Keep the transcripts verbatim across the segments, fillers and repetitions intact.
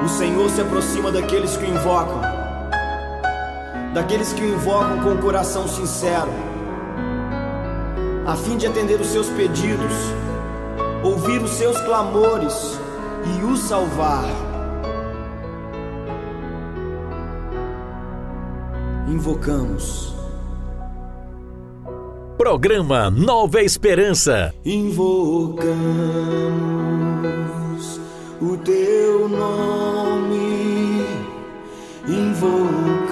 O Senhor se aproxima daqueles que o invocam, daqueles que o invocam com o coração sincero, a fim de atender os seus pedidos, ouvir os seus clamores e o salvar. Invocamos. Programa Nova Esperança. Invocamos o teu nome, invocamos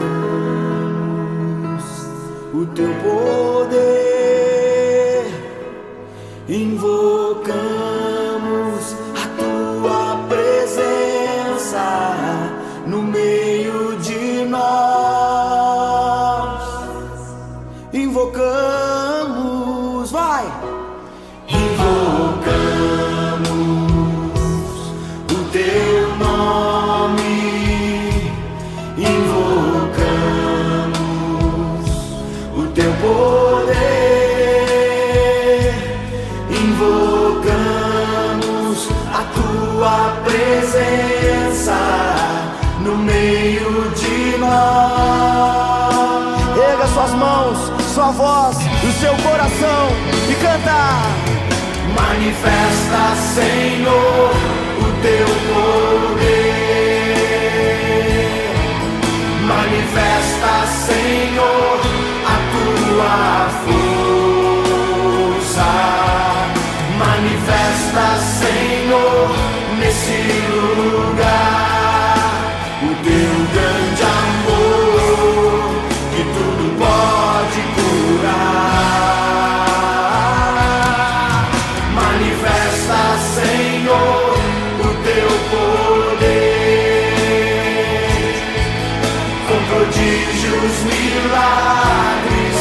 o teu poder, invocamos a tua presença no meio de nós. Invocamos, vai! Invocamos o teu nome, invocamos o teu poder, invocamos a tua presença no meio de nós. Erga suas mãos, sua voz e o seu coração e canta. Manifesta, Senhor, o teu poder. Manifesta, Senhor, a tua força. Manifesta, Senhor, nesse lugar o teu grande amor que tudo pode curar. Manifesta, Senhor, o teu poder, com prodígios, milagres,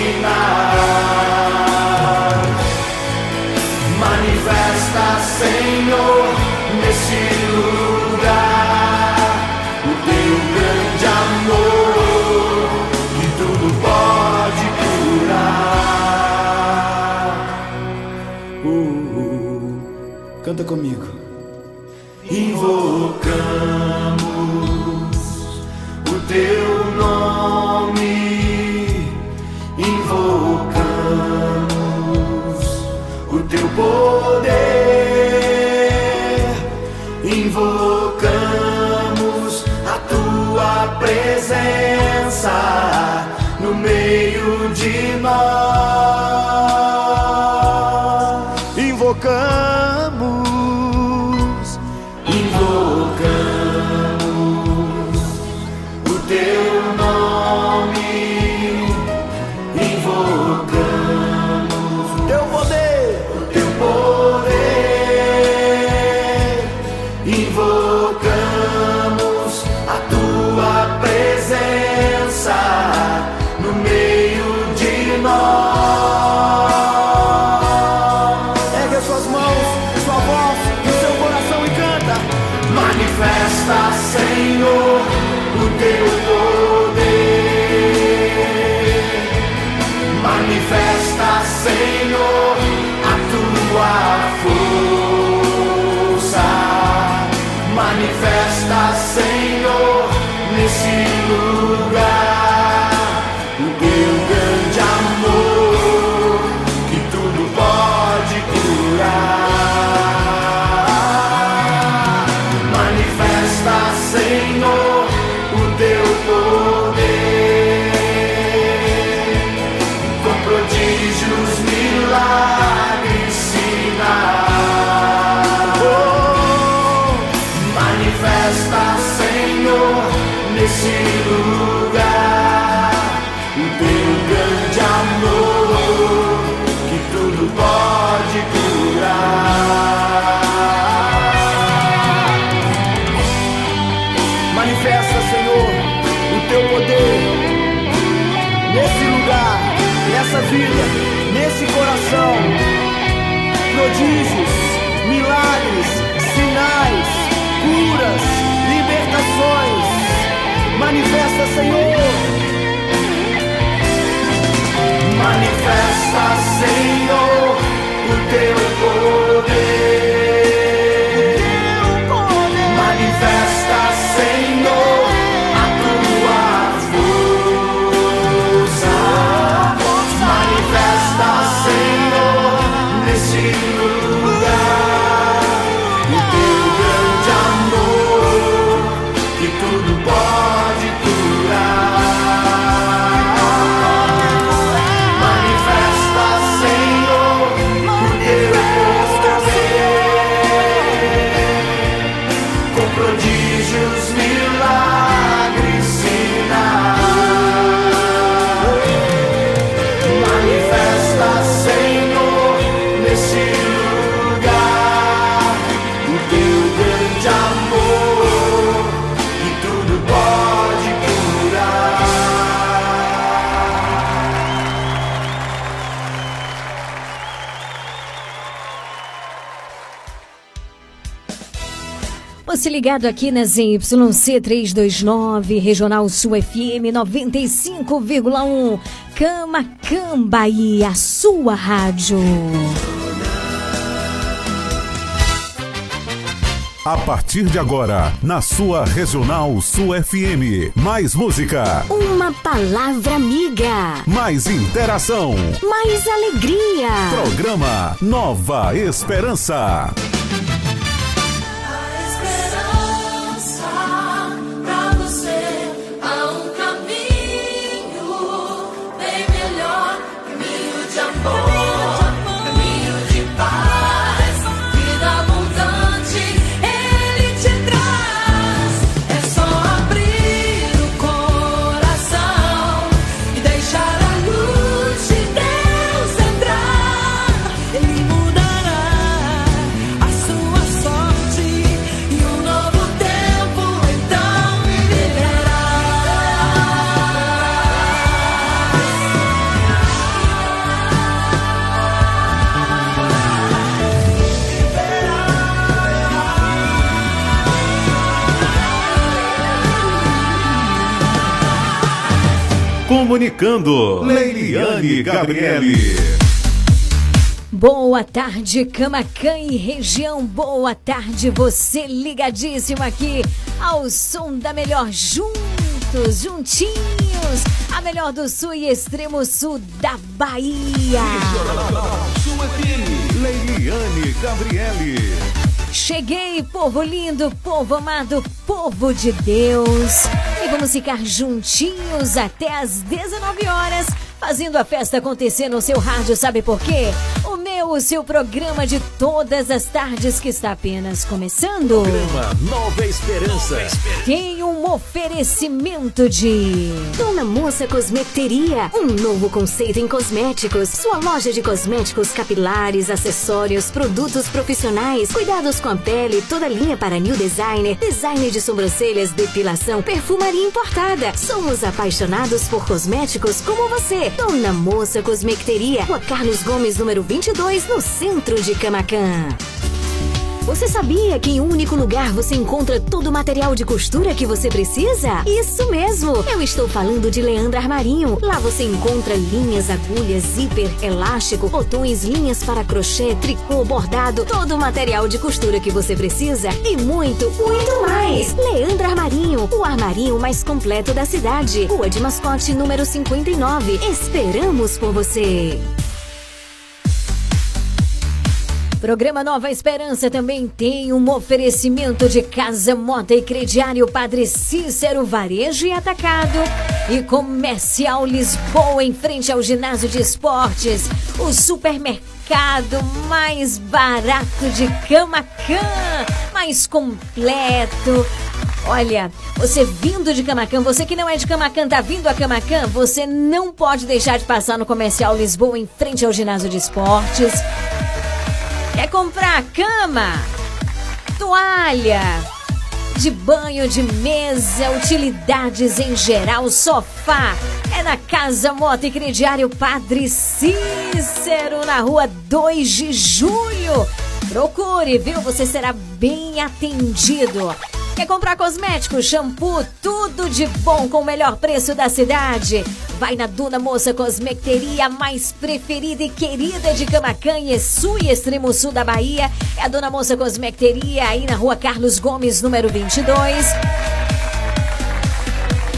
sinais. Manifesta, Senhor, nesse lugar o teu grande amor que tudo pode curar. Uh, uh, canta comigo. Invocamos o teu nome, invocamos o teu poder, invocamos a tua presença no meio de nós. Invocamos, invocamos o teu nome, invocamos o teu poder, o teu poder, invocamos a tua presença no meio de nós. Ergue as suas mãos, sua voz e o seu coração e canta. Manifesta, Senhor, o teu poder. Manifesta, Senhor, a tua força. Manifesta, Senhor, nesse lugar o teu grande amor que tudo pode curar. Manifesta, Senhor, o teu poder, com prodígios, milagres, sinais. Oh, manifesta, Senhor, nesse lugar o teu grande amor que tudo pode curar. Manifesta, Senhor, o teu poder nesse lugar, nessa vida, nesse coração. Prodígios, milagres, sinais, curas, libertações. Manifesta, Senhor. Manifesta, Senhor, o teu poder. Manifesta, lugar, o teu grande amor, que tudo pode curar. Manifesta, Senhor, o teu poder, com prodígios, milagres, sinais. Manifesta, Senhor, nesse lugar, o teu grande amor, que tudo pode curar. Você ligado aqui na Z Y C trezentos e vinte e nove, Regional Sul F M noventa e cinco vírgula um, Camaquã, Bahia, a sua rádio. A partir de agora, na sua Regional Sul F M, mais música, Uma palavra amiga, mais interação, mais alegria. programa Nova Esperança. Esperança pra você, há um caminho bem melhor, caminho de amor, caminho de paz, vida abundante Ele te traz. É só abrir o coração e deixar a luz de Deus entrar. Ele mudará a sua sorte e um novo tempo então viverá. Comunicando, Leiliane Gabriele. Boa tarde, Camaquã e região. Boa tarde, você ligadíssimo aqui ao som da melhor, juntos, juntinhos, a melhor do sul e extremo sul da Bahia. Sul F M, Leiliane Gabriele. Cheguei, povo lindo, povo amado, povo de Deus. E vamos ficar juntinhos até às dezenove horas, fazendo a festa acontecer no seu rádio. Sabe por quê? O meu, o seu programa de todas as tardes que está apenas começando. Programa Nova Esperança. Tem um oferecimento de Dona Moça Cosmeteria, um novo conceito em cosméticos. Sua loja de cosméticos capilares, acessórios, produtos profissionais, cuidados com a pele, toda linha para new designer, design de sobrancelhas, depilação, perfumaria importada. Somos apaixonados por cosméticos como você. Dona Moça Cosmeteria, Rua Carlos Gomes, número vinte e dois, no centro de Camaquã. Você sabia que em um único lugar você encontra todo o material de costura que você precisa? Isso mesmo! Eu estou falando de Leandro Armarinho. Lá você encontra linhas, agulhas, zíper, elástico, botões, linhas para crochê, tricô, bordado, todo o material de costura que você precisa e muito, muito mais! Leandro Armarinho, o armarinho mais completo da cidade. Rua de Mascote, número cinquenta e nove. Esperamos por você! Programa Nova Esperança também tem um oferecimento de Casa Mota e Crediário Padre Cícero, Varejo e Atacado, e Comercial Lisboa, em frente ao ginásio de esportes, o supermercado mais barato de Camaquã, mais completo. Olha, você vindo de Camaquã, você que não é de Camaquã, tá vindo a Camaquã, você não pode deixar de passar no Comercial Lisboa, em frente ao ginásio de esportes. Quer comprar cama, toalha, de banho, de mesa, utilidades em geral, sofá? É na Casa Mota e Crediário Padre Cícero, na rua dois de julho. Procure, viu? Você será bem atendido. Quer comprar cosméticos, shampoo, tudo de bom com o melhor preço da cidade? Vai na Dona Moça Cosmeteria, mais preferida e querida de Camaquã e sul e extremo sul da Bahia. É a Dona Moça Cosmeteria, aí na rua Carlos Gomes, número vinte e dois. E o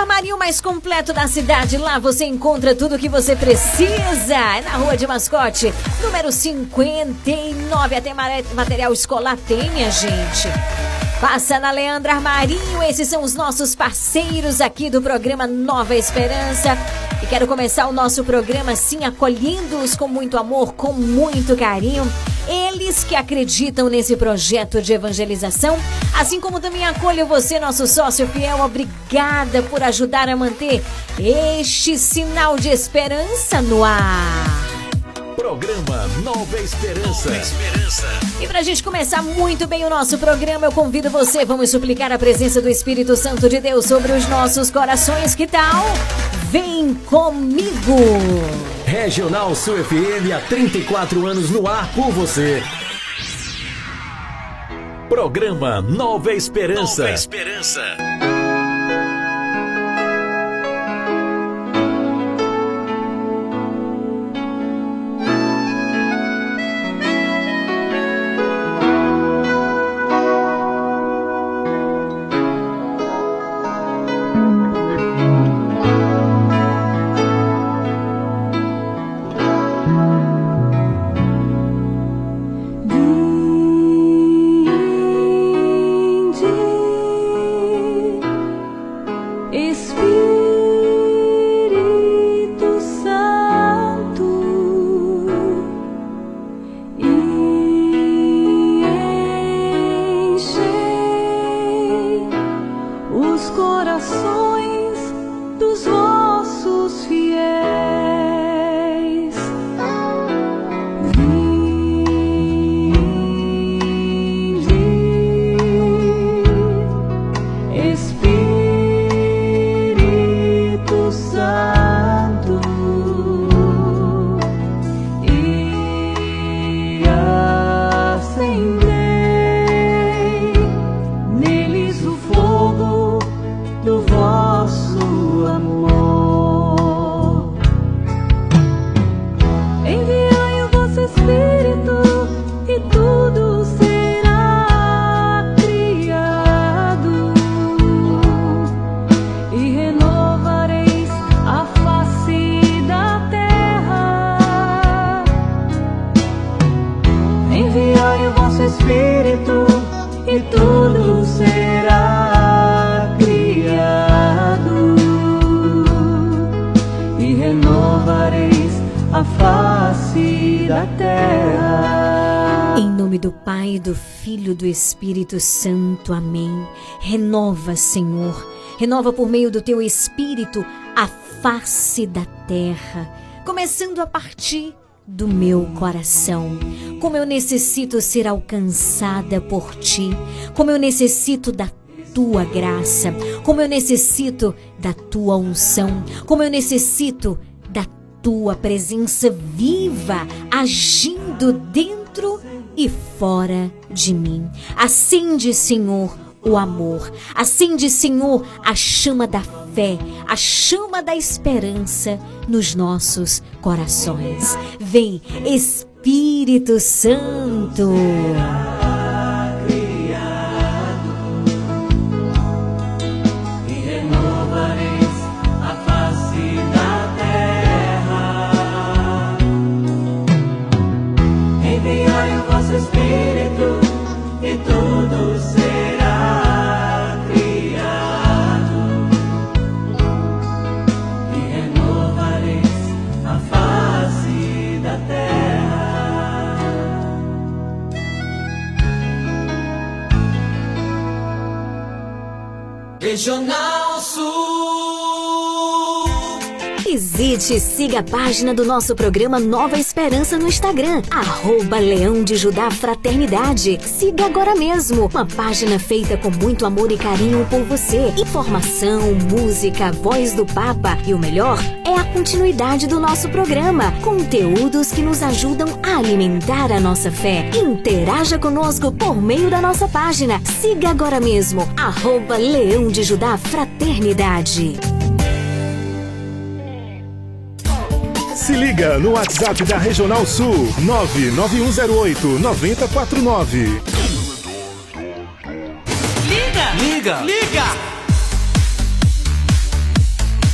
armarinho mais completo da cidade. Lá você encontra tudo o que você precisa. É na Rua de Mascote, número cinquenta e nove. Até material escolar tem, minha gente. Passa na Leandro Armarinho. Esses são os nossos parceiros aqui do programa Nova Esperança. E quero começar o nosso programa assim, acolhendo-os com muito amor, com muito carinho. Eles que acreditam nesse projeto de evangelização, assim como também acolho você, nosso sócio fiel. Obrigada por ajudar a manter este sinal de esperança no ar. Programa Nova Esperança. Nova Esperança. E pra gente começar muito bem o nosso programa, eu convido você, vamos suplicar a presença do Espírito Santo de Deus sobre os nossos corações. Que tal? Vem comigo! Regional Sul F M há trinta e quatro anos no ar por você. Programa Nova Esperança. Nova Esperança. Espírito Santo, amém. Renova, Senhor, renova por meio do teu Espírito a face da terra, começando a partir do meu coração. Como eu necessito ser alcançada por ti, como eu necessito da tua graça, como eu necessito da tua unção, como eu necessito da tua presença viva agindo dentro e fora de mim. Acende, Senhor, o amor. Acende, Senhor, a chama da fé, a chama da esperança nos nossos corações. Vem, Espírito Santo. Espírito e tudo será criado e renovareis a face da terra. Regional Sul. Visite e siga a página do nosso programa Nova Esperança no Instagram, arroba Leão de Judá Fraternidade. Siga agora mesmo, uma página feita com muito amor e carinho por você. Informação, música, voz do Papa e o melhor é a continuidade do nosso programa. Conteúdos que nos ajudam a alimentar a nossa fé. Interaja conosco por meio da nossa página. Siga agora mesmo, arroba Leão de Judá Fraternidade. Se liga no WhatsApp da Regional Sul, nove nove um zero oito nove zero quatro nove. Liga! Liga! Liga!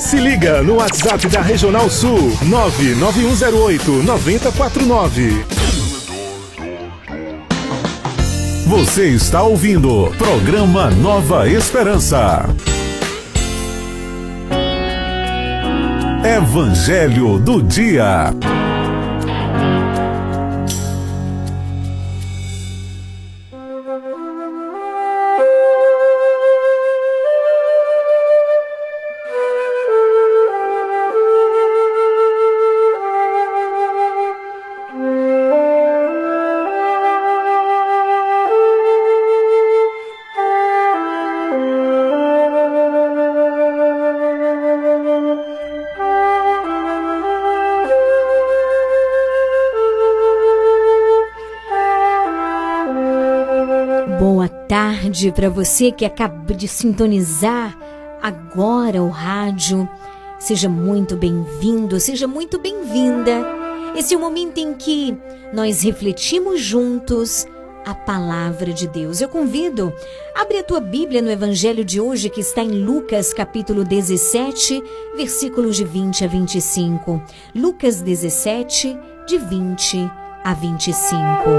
Se liga no WhatsApp da Regional Sul, nove nove um zero oito nove zero quatro nove. Você está ouvindo programa Nova Esperança. Evangelho do Dia. Para você que acaba de sintonizar agora o rádio, seja muito bem-vindo, seja muito bem-vinda. Esse é o momento em que nós refletimos juntos a palavra de Deus. Eu convido, abre a tua Bíblia no Evangelho de hoje, que está em Lucas capítulo dezessete, versículos de vinte a vinte e cinco. Lucas dezessete, de vinte a vinte e cinco.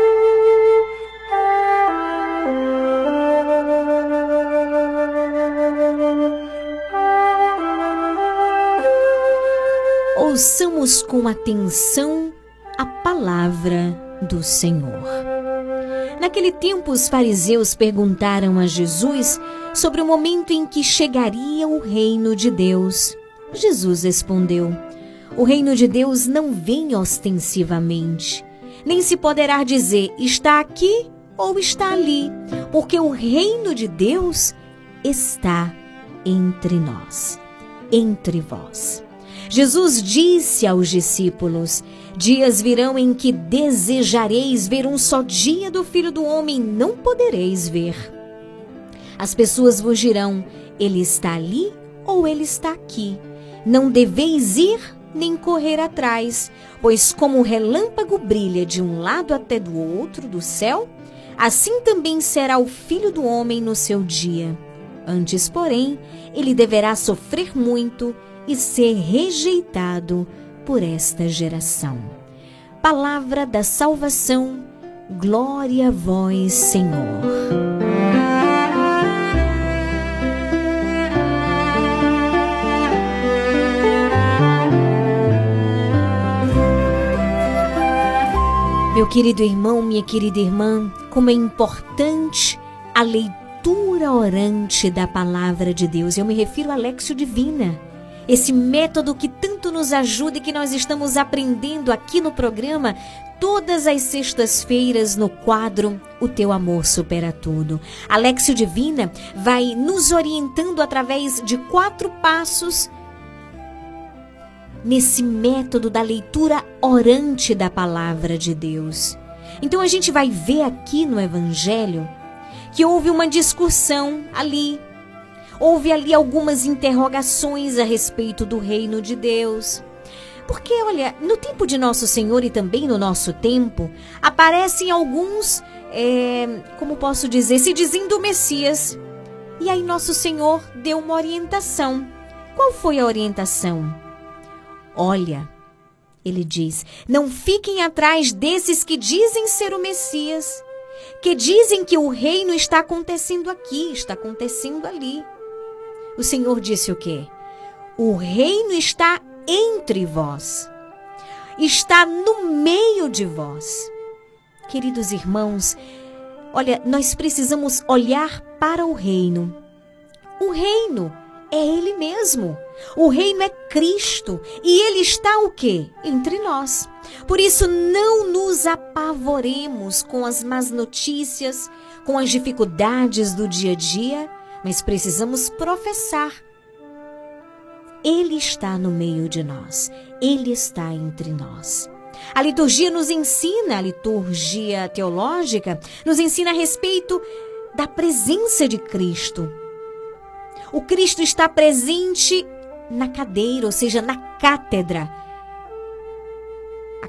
Ouçamos com atenção a palavra do Senhor. Naquele tempo, os fariseus perguntaram a Jesus sobre o momento em que chegaria o reino de Deus. Jesus respondeu: o reino de Deus não vem ostensivamente, nem se poderá dizer está aqui ou está ali, porque o reino de Deus está entre nós, entre vós. Jesus disse aos discípulos: dias virão em que desejareis ver um só dia do Filho do Homem, não podereis ver. As pessoas vos dirão: ele está ali ou ele está aqui. Não deveis ir nem correr atrás, pois como o relâmpago brilha de um lado até do outro do céu, assim também será o Filho do Homem no seu dia. Antes, porém, ele deverá sofrer muito e ser rejeitado por esta geração. Palavra da salvação, glória a vós, Senhor. Meu querido irmão, minha querida irmã, como é importante a leitura orante da palavra de Deus. Eu me refiro à Léxio Divina. Esse método que tanto nos ajuda e que nós estamos aprendendo aqui no programa todas as sextas-feiras no quadro O Teu Amor Supera Tudo. A Léxio Divina vai nos orientando através de quatro passos nesse método da leitura orante da palavra de Deus. Então a gente vai ver aqui no Evangelho que houve uma discussão ali. Houve ali algumas interrogações a respeito do reino de Deus. Porque, olha, no tempo de Nosso Senhor e também no nosso tempo, aparecem alguns, é, como posso dizer, se dizendo Messias. E aí Nosso Senhor deu uma orientação. Qual foi a orientação? Olha, ele diz, não fiquem atrás desses que dizem ser o Messias, que dizem que o reino está acontecendo aqui, está acontecendo ali. O Senhor disse o quê? O reino está entre vós, está no meio de vós. Queridos irmãos, olha, nós precisamos olhar para o reino. O reino é Ele mesmo. O reino é Cristo e Ele está o quê? Entre nós. Por isso não nos apavoremos com as más notícias, com as dificuldades do dia a dia, mas precisamos professar. Ele está no meio de nós. Ele está entre nós. A liturgia nos ensina, a liturgia teológica, nos ensina a respeito da presença de Cristo. O Cristo está presente na cadeira, ou seja, na cátedra. A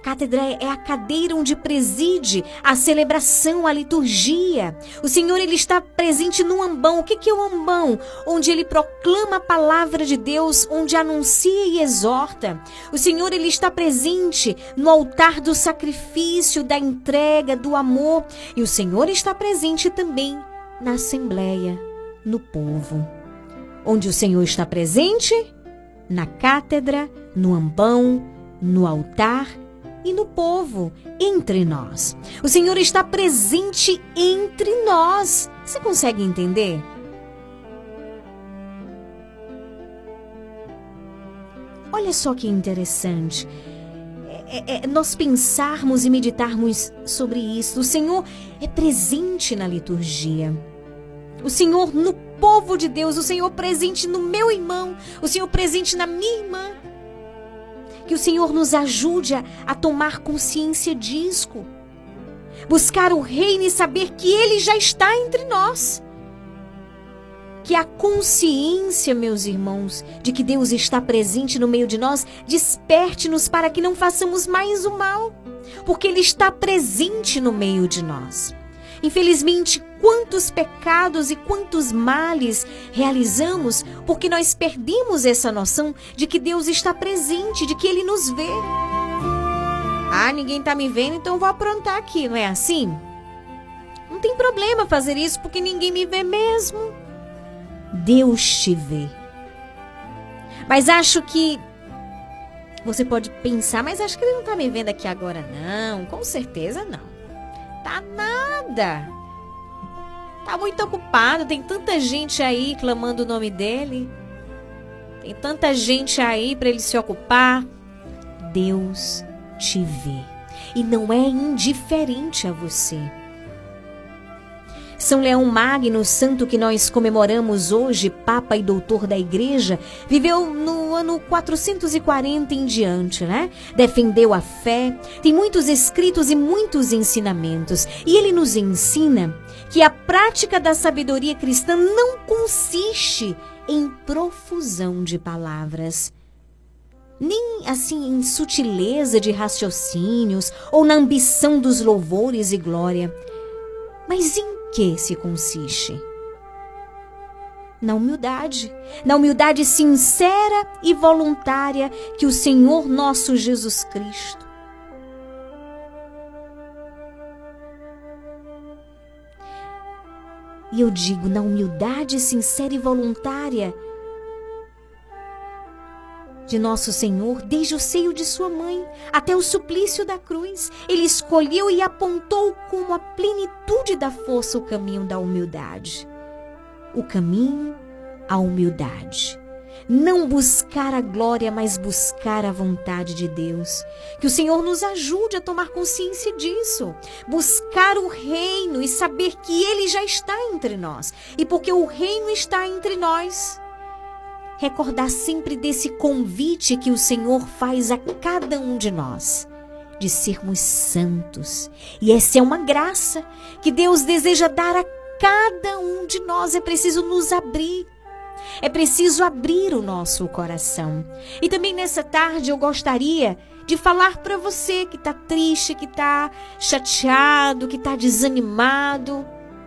cátedra é a cadeira onde preside a celebração, a liturgia. O Senhor, Ele está presente no ambão. O que que é o ambão? Onde Ele proclama a palavra de Deus, onde anuncia e exorta. O Senhor, Ele está presente no altar do sacrifício, da entrega, do amor. E o Senhor está presente também na assembleia, no povo. Onde o Senhor está presente? Na cátedra, no ambão, no altar e no povo, entre nós. O Senhor está presente entre nós. Você consegue entender? Olha só que interessante. É, é, nós pensarmos e meditarmos sobre isso. O Senhor é presente na liturgia. O Senhor no povo de Deus. O Senhor presente no meu irmão. O Senhor presente na minha irmã. Que o Senhor nos ajude a, a tomar consciência disso. Buscar o reino e saber que Ele já está entre nós. Que a consciência, meus irmãos, de que Deus está presente no meio de nós, desperte-nos para que não façamos mais o mal. Porque Ele está presente no meio de nós. Infelizmente, quantos pecados e quantos males realizamos porque nós perdemos essa noção de que Deus está presente, de que Ele nos vê. Ah, ninguém está me vendo, então eu vou aprontar aqui, não é assim? Não tem problema fazer isso porque ninguém me vê mesmo. Deus te vê. Mas acho que você pode pensar, mas acho que Ele não está me vendo aqui agora, não. Com certeza não. Tá nada. Tá muito ocupado. Tem tanta gente aí clamando o nome dele. Tem tanta gente aí para ele se ocupar. Deus te vê. E não é indiferente a você. São Leão Magno, santo que nós comemoramos hoje, Papa e Doutor da Igreja, viveu no ano quatrocentos e quarenta em diante, né? Defendeu a fé, tem muitos escritos e muitos ensinamentos. E ele nos ensina que a prática da sabedoria cristã não consiste em profusão de palavras, nem assim em sutileza de raciocínios ou na ambição dos louvores e glória, mas em que se consiste? Na humildade, na humildade sincera e voluntária que o Senhor nosso Jesus Cristo e eu digo, na humildade sincera e voluntária de nosso Senhor, desde o seio de sua mãe até o suplício da cruz, Ele escolheu e apontou como a plenitude da força o caminho da humildade. O caminho à humildade. Não buscar a glória, mas buscar a vontade de Deus. Que o Senhor nos ajude a tomar consciência disso. Buscar o reino e saber que Ele já está entre nós. E porque o reino está entre nós, recordar sempre desse convite que o Senhor faz a cada um de nós, de sermos santos. E essa é uma graça que Deus deseja dar a cada um de nós. É preciso nos abrir. É preciso abrir o nosso coração. E também nessa tarde eu gostaria de falar para você que está triste, que está chateado, que está desanimado.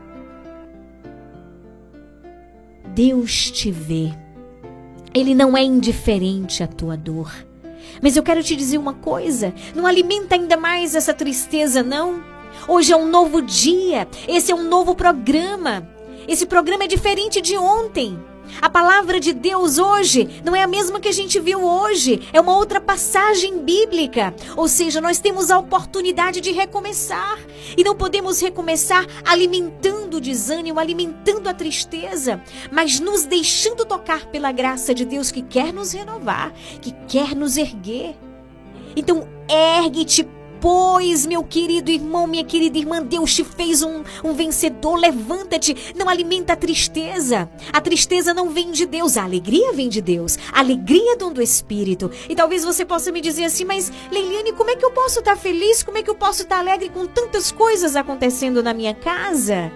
Deus te vê. Ele não é indiferente à tua dor. Mas eu quero te dizer uma coisa, não alimenta ainda mais essa tristeza, não. Hoje é um novo dia, esse é um novo programa. Esse programa é diferente de ontem. A palavra de Deus hoje não é a mesma que a gente viu hoje. É uma outra passagem bíblica. Ou seja, nós temos a oportunidade de recomeçar. E não podemos recomeçar alimentando o desânimo, alimentando a tristeza, mas nos deixando tocar pela graça de Deus que quer nos renovar, que quer nos erguer. Então, ergue-te, pois, meu querido irmão, minha querida irmã, Deus te fez um, um vencedor. Levanta-te, não alimenta a tristeza. A tristeza não vem de Deus, a alegria vem de Deus. A alegria é dom do Espírito. E talvez você possa me dizer assim, mas Leiliane, como é que eu posso estar feliz? Como é que eu posso estar alegre com tantas coisas acontecendo na minha casa?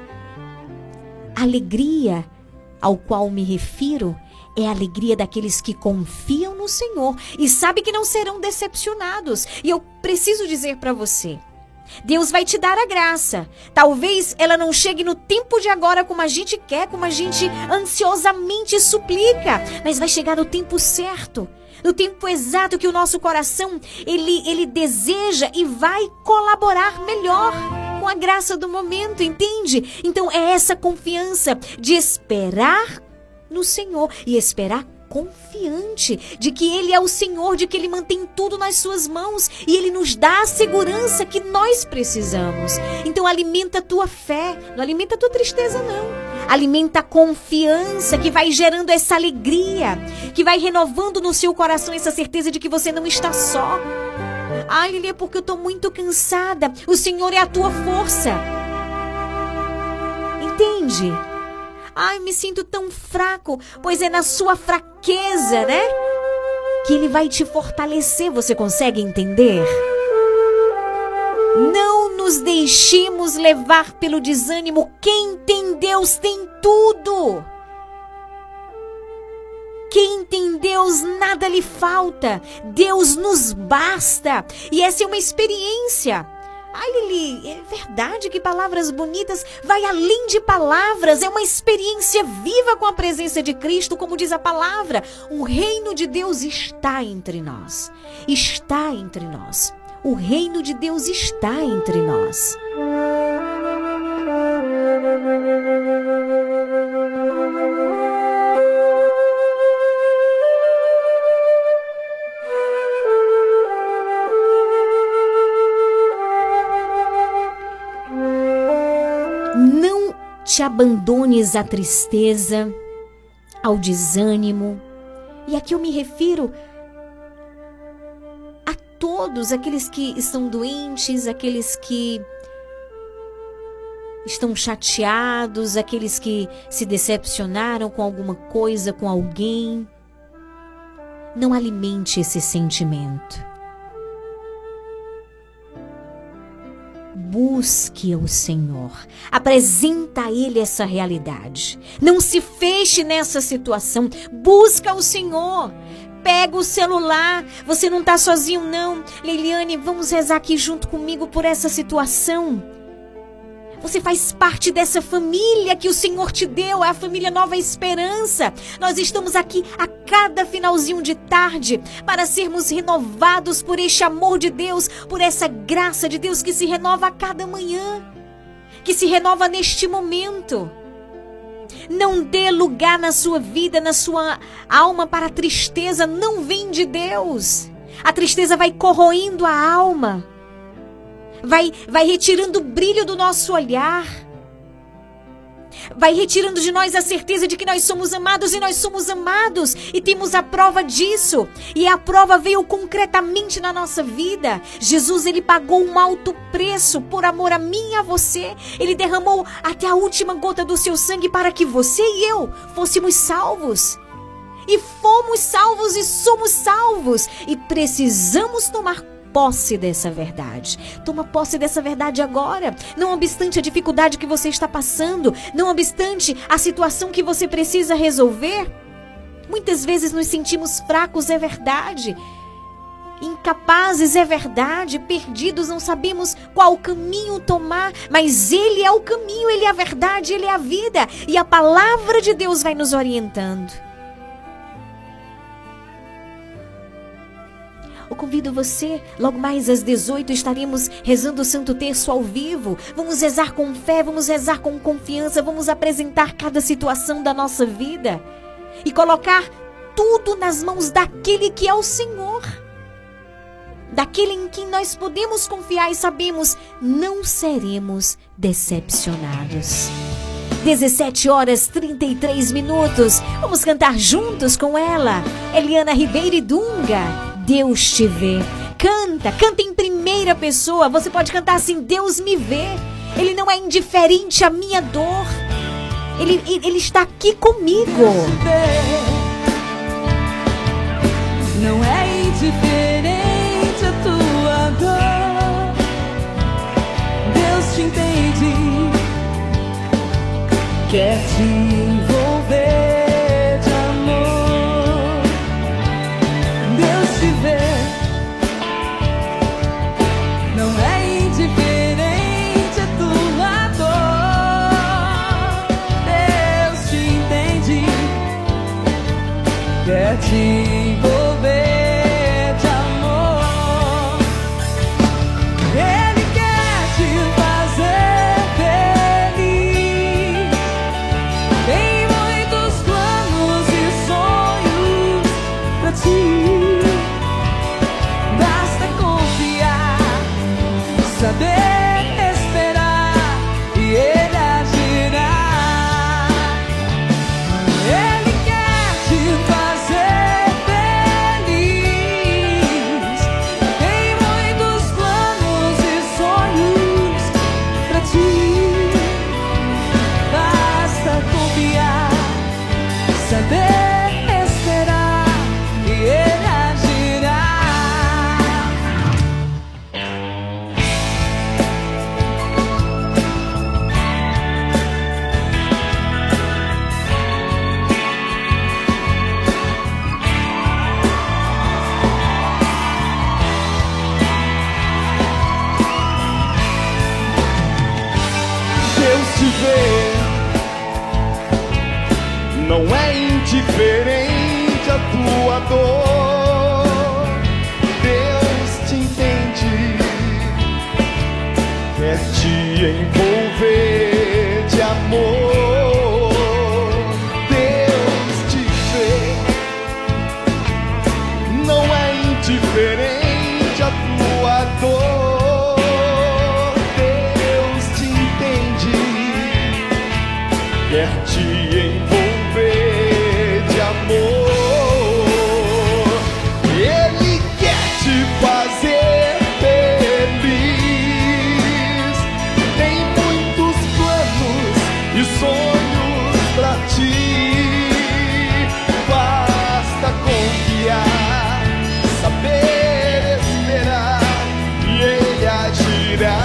A alegria ao qual me refiro é a alegria daqueles que confiam no Senhor e sabe que não serão decepcionados. E eu preciso dizer para você, Deus vai te dar a graça. Talvez ela não chegue no tempo de agora como a gente quer, como a gente ansiosamente suplica, mas vai chegar no tempo certo, no tempo exato que o nosso coração, ele, ele deseja e vai colaborar melhor com a graça do momento, entende? Então é essa confiança de esperar no Senhor e esperar confiante de que Ele é o Senhor, de que Ele mantém tudo nas suas mãos e Ele nos dá a segurança que nós precisamos. Então alimenta a tua fé, não alimenta a tua tristeza não. Alimenta a confiança que vai gerando essa alegria, que vai renovando no seu coração essa certeza de que você não está só. Ai, Lili, é porque eu estou muito cansada. O Senhor é a tua força. Entende? Ai, me sinto tão fraco, pois é na sua fraqueza, né? Que Ele vai te fortalecer, você consegue entender? Não nos deixemos levar pelo desânimo. Quem tem Deus tem tudo. Quem tem Deus, nada lhe falta. Deus nos basta. E essa é uma experiência. Ai, Lili, é verdade que palavras bonitas vai além de palavras, é uma experiência viva com a presença de Cristo, como diz a palavra. O reino de Deus está entre nós, está entre nós. O reino de Deus está entre nós. Não te abandones à tristeza, ao desânimo. E aqui eu me refiro a todos aqueles que estão doentes, aqueles que estão chateados, aqueles que se decepcionaram com alguma coisa, com alguém. Não alimente esse sentimento. Busque o Senhor, apresenta a Ele essa realidade. Não se feche nessa situação, busca o Senhor. Pega o celular, você não está sozinho não. Leiliane, vamos rezar aqui junto comigo por essa situação. Você faz parte dessa família que o Senhor te deu, é a família Nova Esperança. Nós estamos aqui a cada finalzinho de tarde para sermos renovados por este amor de Deus, por essa graça de Deus que se renova a cada manhã, que se renova neste momento. Não dê lugar na sua vida, na sua alma para a tristeza, não vem de Deus. A tristeza vai corroendo a alma. Vai, vai retirando o brilho do nosso olhar. Vai retirando de nós a certeza de que nós somos amados e nós somos amados. E temos a prova disso. E a prova veio concretamente na nossa vida. Jesus, Ele pagou um alto preço por amor a mim e a você. Ele derramou até a última gota do seu sangue para que você e eu fôssemos salvos. E fomos salvos e somos salvos. E precisamos tomar posse dessa verdade. Toma posse dessa verdade agora. Não obstante a dificuldade que você está passando, não obstante a situação que você precisa resolver. Muitas vezes nos sentimos fracos, é verdade. Incapazes, é verdade. Perdidos, não sabemos qual caminho tomar. Mas Ele é o caminho, Ele é a verdade, Ele é a vida. E a palavra de Deus vai nos orientando. Eu convido você, logo mais às dezoito estaremos rezando o Santo Terço ao vivo. Vamos rezar com fé, vamos rezar com confiança, vamos apresentar cada situação da nossa vida e colocar tudo nas mãos daquele que é o Senhor, daquele em quem nós podemos confiar e sabemos não seremos decepcionados. dezessete horas e trinta e três minutos. Vamos cantar juntos com ela, Eliana Ribeiro e Dunga. Deus te vê. Canta, canta em primeira pessoa. Você pode cantar assim: Deus me vê. Ele não é indiferente à minha dor. Ele, ele está aqui comigo. Não é indiferente a tua dor. Deus te entende. Quer te envolver de amor. envolver de amor. Ele quer te fazer feliz. Tem muitos planos e sonhos pra ti. Basta confiar, saber esperar e ele agirá. Ele quer te fazer feliz. Tem muitos planos e sonhos pra ti. Basta confiar, saber esperar e ele agirá. Deus te vê, não é indiferente a tua dor. Deus te entende, quer te envolver de amor. Deus te vê, não é indiferente a tua dor. Deus te entende, quer te envolver de amor. Ele quer te fazer feliz. Tem muitos planos e sonhos pra ti. Basta confiar, saber esperar e ele agirá.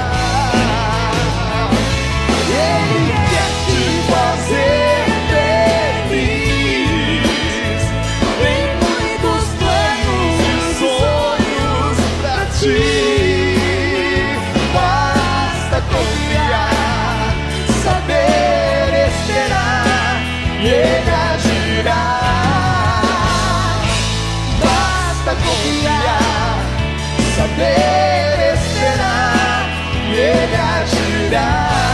Ele quer te fazer feliz. Tem muitos planos e sonhos pra ti. Basta confiar, saber esperar e ele agirá. Basta confiar, saber esperar e ele agirá.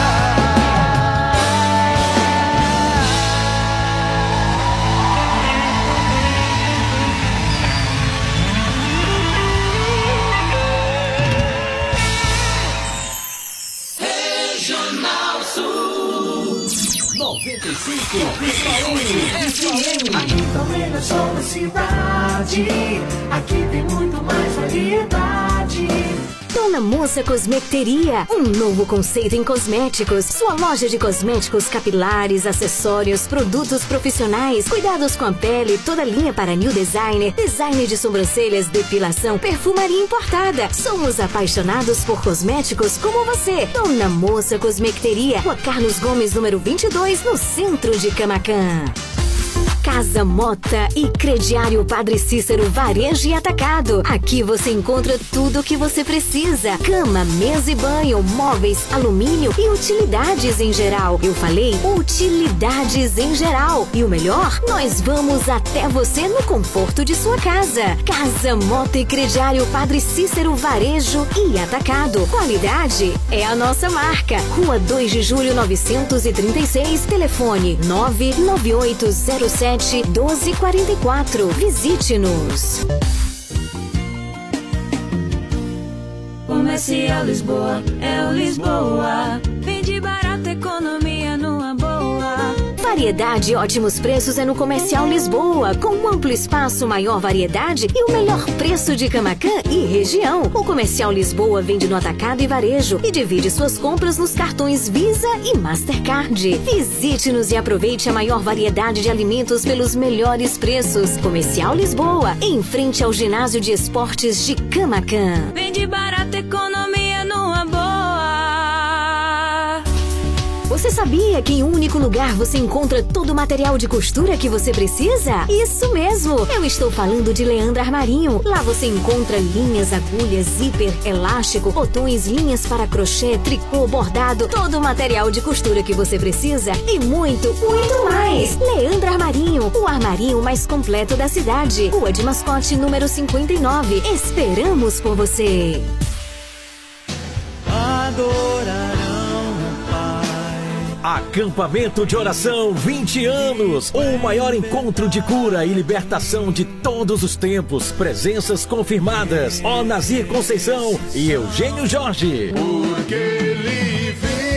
noventa e cinco F M. Aqui também não é só na cidade, aqui tem muito mais variedade. Dona Moça Cosmeteria, um novo conceito em cosméticos. Sua loja de cosméticos capilares, acessórios, produtos profissionais, cuidados com a pele, toda linha para new designer, design de sobrancelhas, depilação, perfumaria importada. Somos apaixonados por cosméticos como você. Dona Moça Cosmeteria, Rua Carlos Gomes, número vinte e dois, no centro de Camaquã. Casa Mota e Crediário Padre Cícero Varejo e Atacado. Aqui você encontra tudo o que você precisa: cama, mesa e banho, móveis, alumínio e utilidades em geral. Eu falei utilidades em geral. E o melhor, nós vamos até você no conforto de sua casa. Casa Mota e Crediário Padre Cícero Varejo e Atacado. Qualidade é a nossa marca. Rua dois de julho novecentos e trinta e seis. Telefone nove nove oito zero sete doze quarenta e quatro. Visite-nos. Comercial Lisboa, é o Lisboa. Vende barato, economia numa boa. Variedade e ótimos preços é no Comercial Lisboa, com um amplo espaço, maior variedade e o melhor preço de Camaquã e região. O Comercial Lisboa vende no atacado e varejo e divide suas compras nos cartões Visa e Mastercard. Visite-nos e aproveite a maior variedade de alimentos pelos melhores preços. Comercial Lisboa, em frente ao Ginásio de Esportes de Camaquã. Vende barato, economia numa boa. Você Você sabia que em um único lugar você encontra todo o material de costura que você precisa? Isso mesmo! Eu estou falando de Leandro Armarinho. Lá você encontra linhas, agulhas, zíper, elástico, botões, linhas para crochê, tricô, bordado, todo o material de costura que você precisa e muito, muito mais. Leandro Armarinho, o armarinho mais completo da cidade. Rua de Mascote, número cinquenta e nove. Esperamos por você. Adorarão o Pai. Acampamento de Oração vinte anos. O maior encontro de cura e libertação de todos os tempos. Presenças confirmadas. Ó Nazir Conceição e Eugênio Jorge. Porque Ele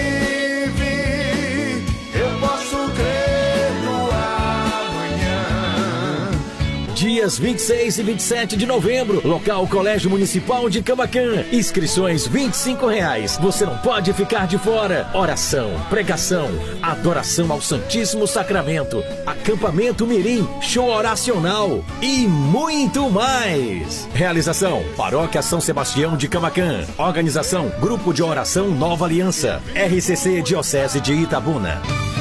vive, eu posso crer no amanhã. Dias vinte e seis e vinte e sete de novembro. Local Colégio Municipal de Camaquã. Inscrições vinte e cinco reais. Você não pode ficar de fora. Oração, pregação, adoração ao Santíssimo Sacramento, acampamento mirim, show oracional e muito mais. Realização: Paróquia São Sebastião de Camaquã. Organização: Grupo de Oração Nova Aliança. R C C Diocese de Itabuna.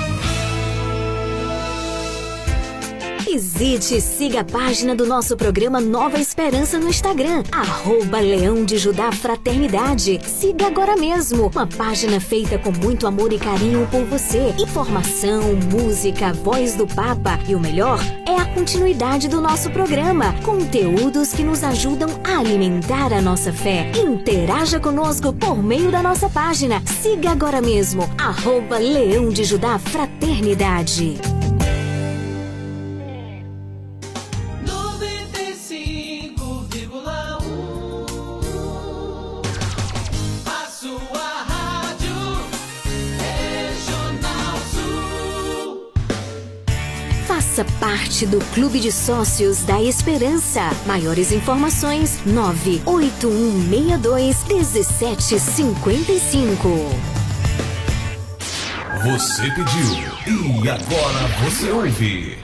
Visite e siga a página do nosso programa Nova Esperança no Instagram, arroba Leão de Judá Fraternidade. Siga agora mesmo, uma página feita com muito amor e carinho por você. Informação, música, voz do Papa e o melhor é a continuidade do nosso programa. Conteúdos que nos ajudam a alimentar a nossa fé. Interaja conosco por meio da nossa página. Siga agora mesmo, arroba Leão de Judá Fraternidade. Faça parte do Clube de Sócios da Esperança. Maiores informações: nove oito um seis dois um sete cinco cinco. Você pediu e agora você ouve.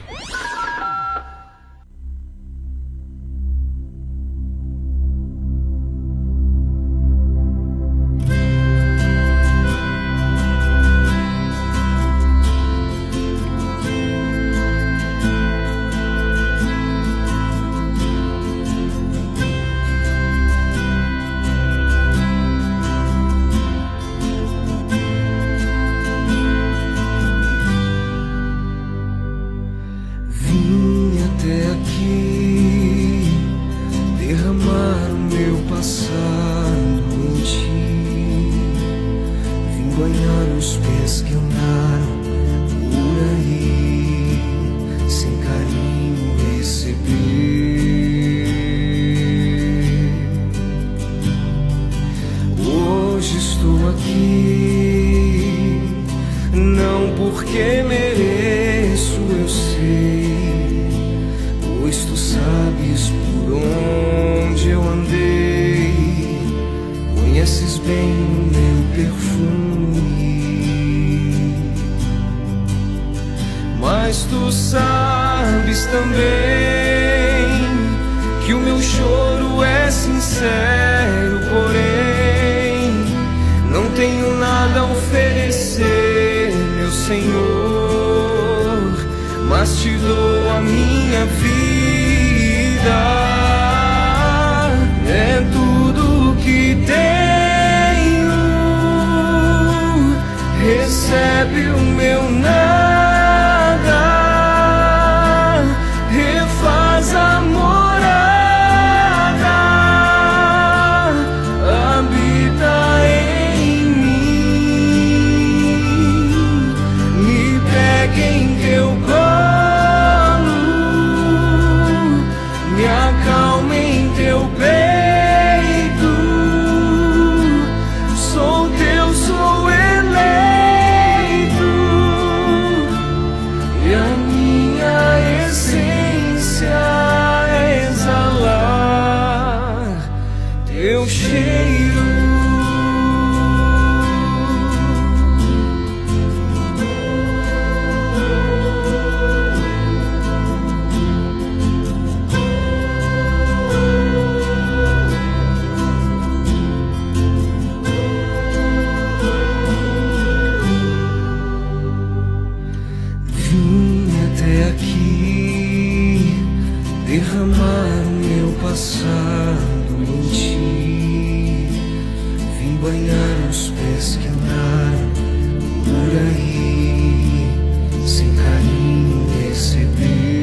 transformar o meu passado em ti. Vim banhar os pés que andaram por aí, sem carinho receber.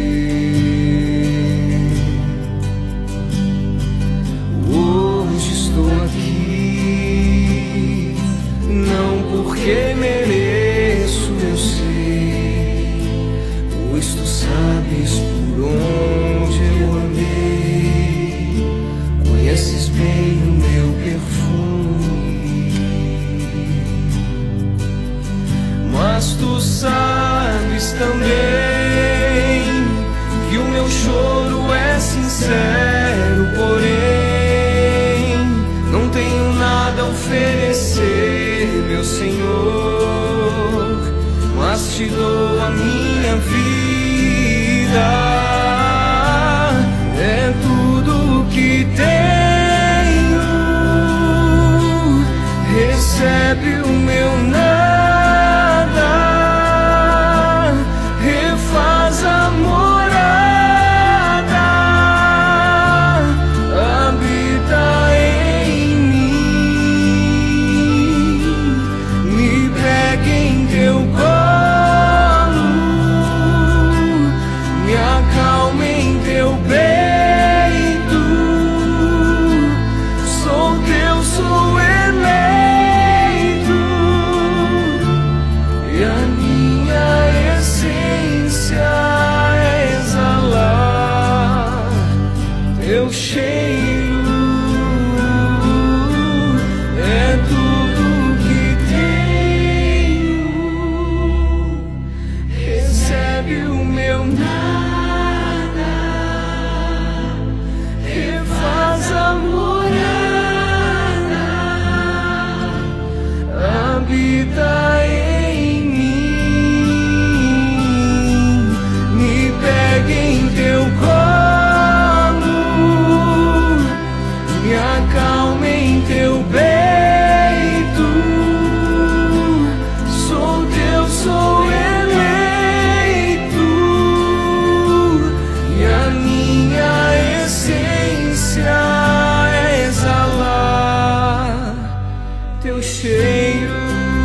Hoje estou aqui, não porque mereço, eu sei, pois tu sabes por onde eu andei, conheces bem o meu perfume, mas tu sabes também que o meu choro é sincero, porém não tenho nada a oferecer, meu Senhor, mas te dou a minha vida. É tudo que tenho, recebe o meu nada, refaz a morada, habita em mim, me pega em teu colo, me acalma em teu peito, sou teu, sou eleito, e a minha essência é exalar teu cheiro. É tudo que tenho, recebe o meu nada, refaz a morada, habita em mim, me pega em teu colo, me acalma em teu peito, sou teu, sou eleito, e a minha essência é exalar teu cheiro.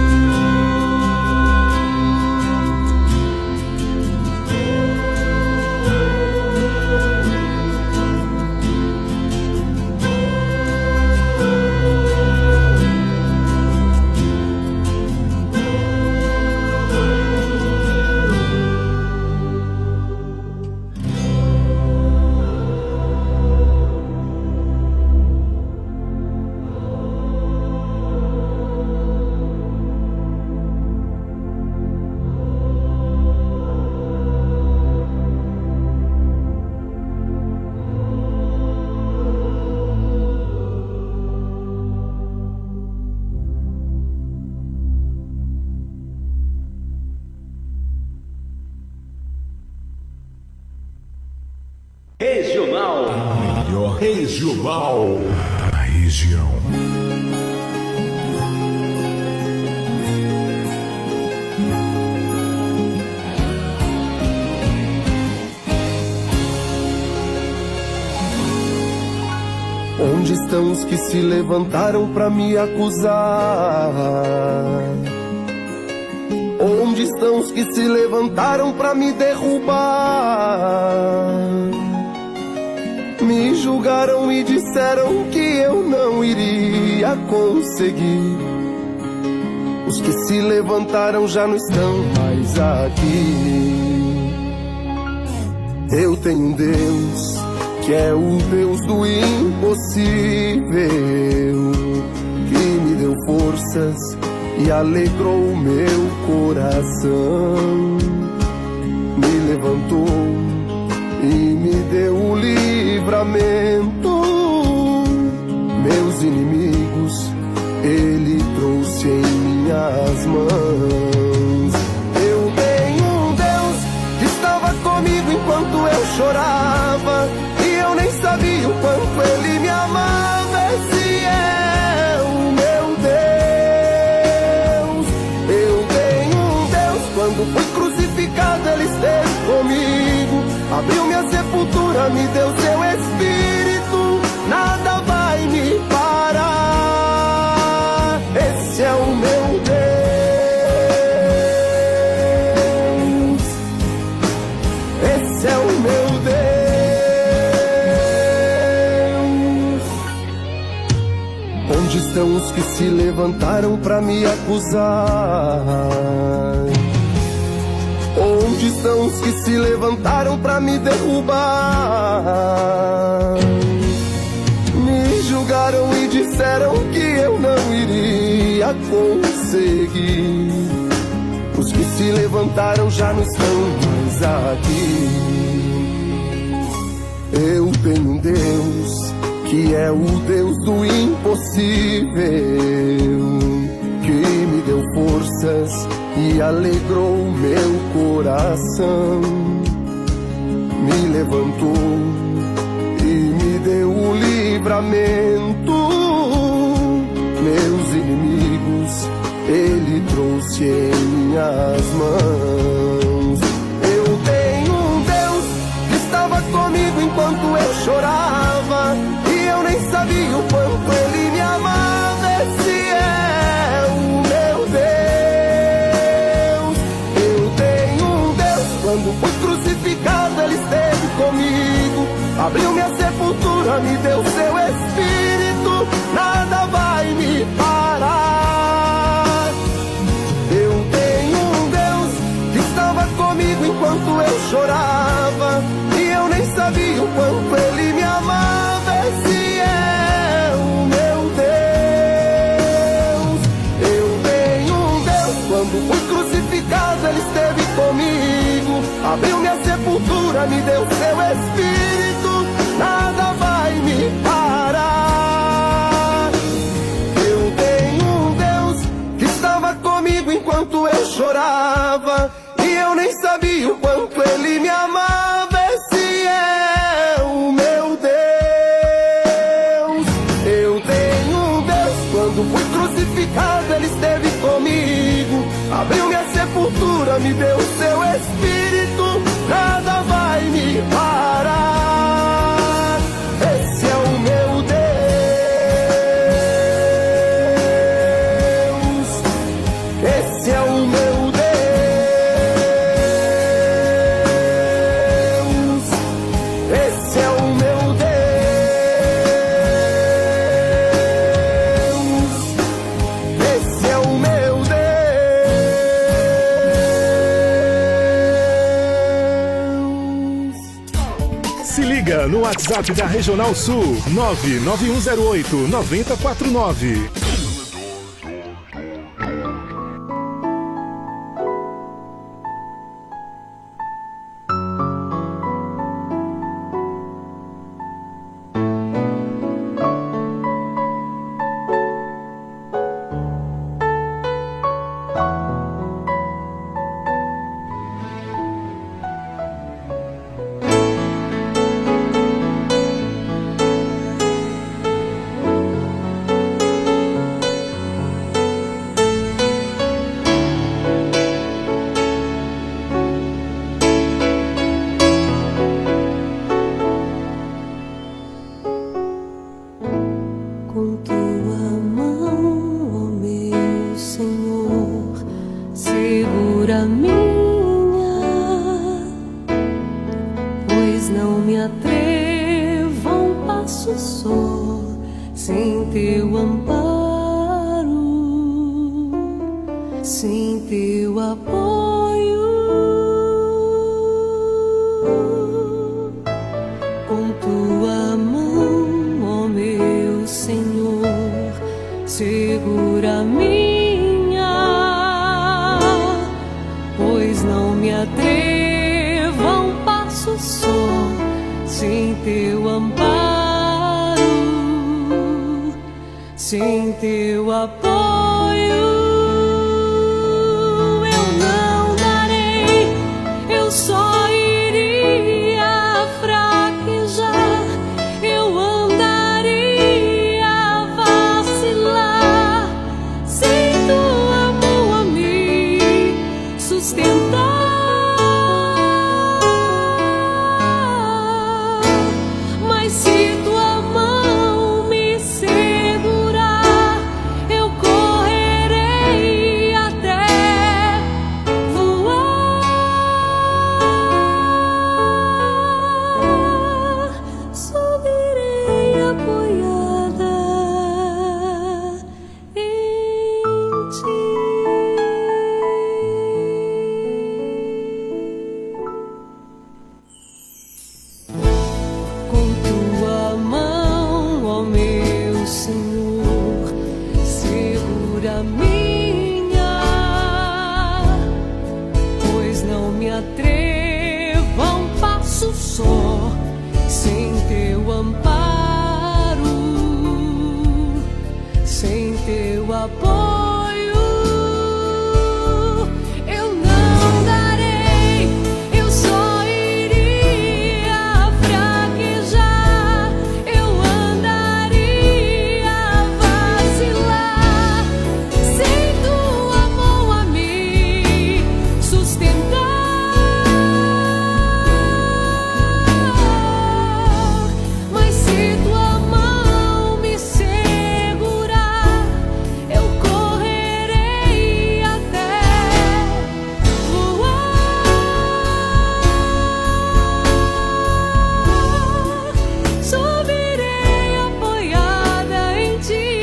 Regional. Melhor regional da região. Onde estão os que se levantaram pra me acusar? Onde estão os que se levantaram pra me derrubar? Me julgaram e disseram que eu não iria conseguir. Os que se levantaram já não estão mais aqui. Eu tenho um Deus que é o Deus do impossível, que me deu forças e alegrou o meu coração, me levantou e me deu o livramento. Meus inimigos Ele trouxe em minhas mãos. Eu tenho um Deus que estava comigo enquanto eu chorava, e eu nem sabia o quanto Ele me amava. Esse é o meu Deus. Eu tenho um Deus, quando fui crucificado Ele esteve comigo, abriu minha sepultura, me deu Espírito, nada vai me parar. Esse é o meu Deus, esse é o meu Deus. Onde estão os que se levantaram pra me acusar? Onde estão os que se levantaram pra me derrubar? Me julgaram e disseram que eu não iria conseguir. Os que se levantaram já não estão mais aqui. Eu tenho um Deus que é o Deus do impossível, que me deu forças e alegrou meu coração, me levantou e me deu o livramento. Meus inimigos Ele trouxe em minhas mãos. Eu tenho um Deus que estava comigo enquanto eu chorava, e eu nem sabia o quanto Ele me amava. Esse é o meu Deus. Quando fui crucificado, Ele esteve comigo, abriu minha sepultura, me deu seu Espírito, nada vai me parar. Eu tenho um Deus que estava comigo enquanto eu chorava, e eu nem sabia o quanto Ele me amava. Esse é o meu Deus. Eu tenho um Deus, quando fui crucificado, Ele esteve comigo, abriu minha sepultura, me deu seu Espírito, nada vai me parar. Eu tenho um Deus que estava comigo enquanto eu chorava, e eu nem sabia o quanto Ele me amava. Esse é o meu Deus. Eu tenho um Deus, quando fui crucificado, Ele esteve comigo, abriu minha sepultura, me deu seu Espírito, nada vai me parar. Esse é o meu Deus, esse é o meu Deus, esse é o meu Deus, esse é o meu Deus. Se liga no WhatsApp da Regional Sul, nove nove um zero oito nove zero quatro nove. Mas apoiada em ti. Com tua mão, ó meu Senhor, segura minha, pois não me atrevo a um passo só sem teu amparo, sem teu apoio. Eu não darei, eu só iria fraquejar, eu andaria a vacilar, sem tua mão a me sustentar. Mas se tua mão me segurar, eu correrei até voar, subirei apoiada em ti.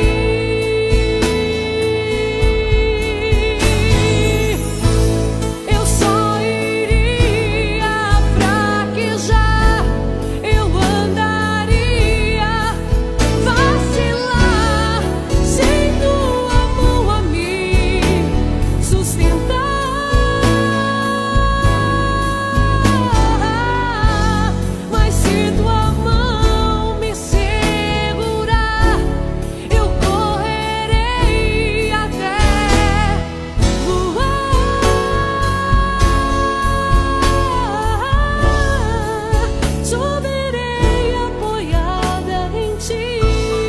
Eu só iria fraquejar, eu andaria vacilar, sem tua mão a me sustentar. Mas se tua mão me segurar, eu correrei até voar, subirei apoiada em ti.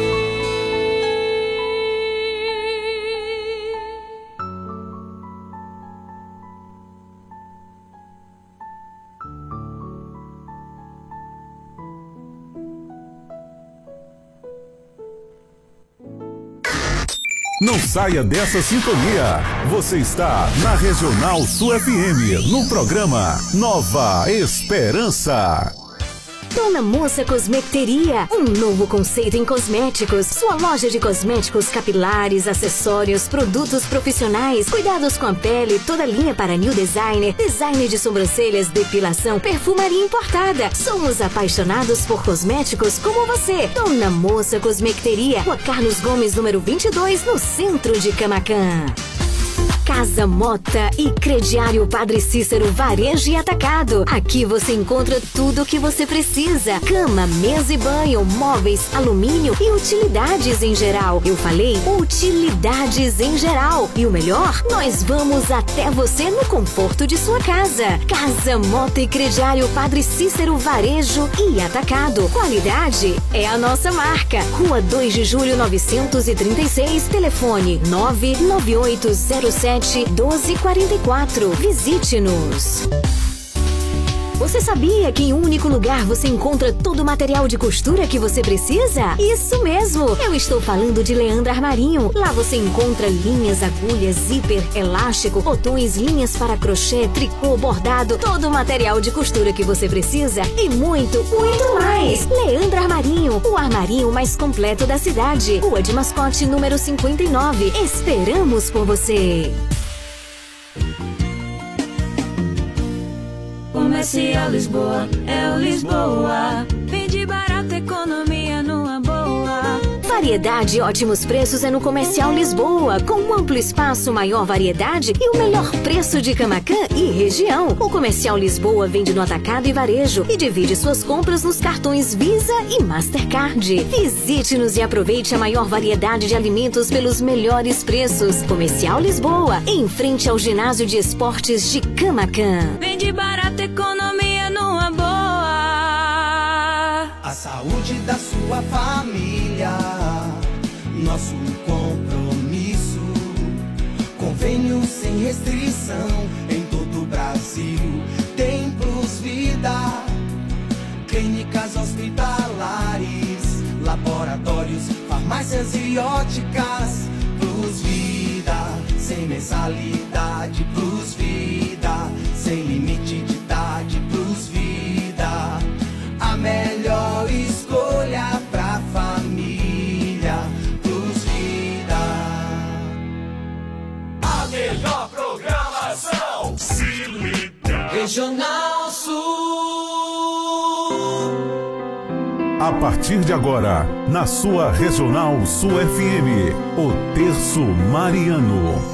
Não saia dessa sintonia. Você está na Regional Sul F M, no programa Nova Esperança. Dona Moça Cosmeteria, um novo conceito em cosméticos. Sua loja de cosméticos capilares, acessórios, produtos profissionais, cuidados com a pele, toda linha para new designer, design de sobrancelhas, depilação, perfumaria importada. Somos apaixonados por cosméticos como você. Dona Moça Cosmeteria, Rua Carlos Gomes, número vinte e dois, no centro de Camaquã. Casa Mota e Crediário Padre Cícero Varejo e Atacado. Aqui você encontra tudo o que você precisa: cama, mesa e banho, móveis, alumínio e utilidades em geral. Eu falei utilidades em geral. E o melhor, nós vamos até você no conforto de sua casa. Casa Mota e Crediário Padre Cícero Varejo e Atacado. Qualidade é a nossa marca. Rua dois de julho novecentos e trinta e seis. Telefone nove nove oito zero sete doze quarenta e quatro. Visite-nos. Você sabia que em um único lugar você encontra todo o material de costura que você precisa? Isso mesmo! Eu estou falando de Leandro Armarinho. Lá você encontra linhas, agulhas, zíper, elástico, botões, linhas para crochê, tricô, bordado, todo o material de costura que você precisa e muito, muito mais! Leandro Armarinho, o armarinho mais completo da cidade. Rua de Mascote, número cinquenta e nove. Esperamos por você! Comercial Lisboa, é o Lisboa. Vende barato, economia numa boa. Variedade e ótimos preços é no Comercial Lisboa, com um amplo espaço, maior variedade e o melhor preço de Camaquã e região. O Comercial Lisboa vende no atacado e varejo e divide suas compras nos cartões Visa e Mastercard. Visite-nos e aproveite a maior variedade de alimentos pelos melhores preços. Comercial Lisboa, em frente ao Ginásio de Esportes de Camaquã. Vende barato, economia numa boa. A saúde da sua família, nosso compromisso. Convênio sem restrição em todo o Brasil. Tem Plus Vida, clínicas hospitalares, laboratórios, farmácias e óticas. Plus Vida, sem mensalidade. Plus Vida, sem limite de idade. Plus Vida, a melhor escolha pra família. Regional Sul. A partir de agora, na sua Regional Sul F M, o Terço Mariano.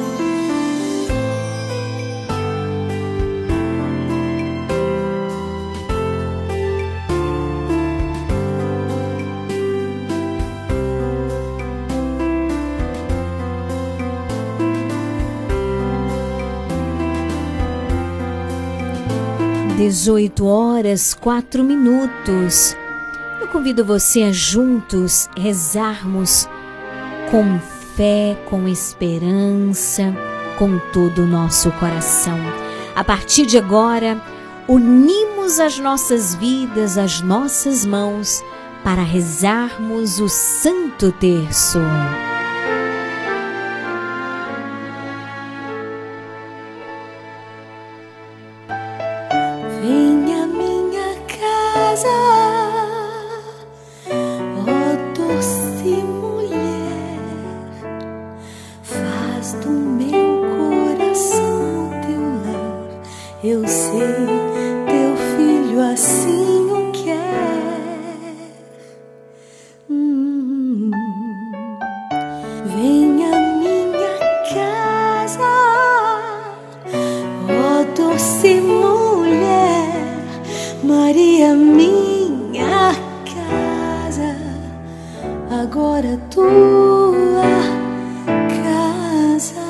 dezoito horas, quatro minutos. Eu convido você a juntos rezarmos com fé, com esperança, com todo o nosso coração. A partir de agora, unimos as nossas vidas, as nossas mãos, para rezarmos o Santo Terço. Venha à minha casa, ó doce mulher, faz do meu coração teu lar. Eu sei, teu filho assim o quer. Hum. Venha à minha casa, ó doce mulher, Maria, minha casa, agora tua casa.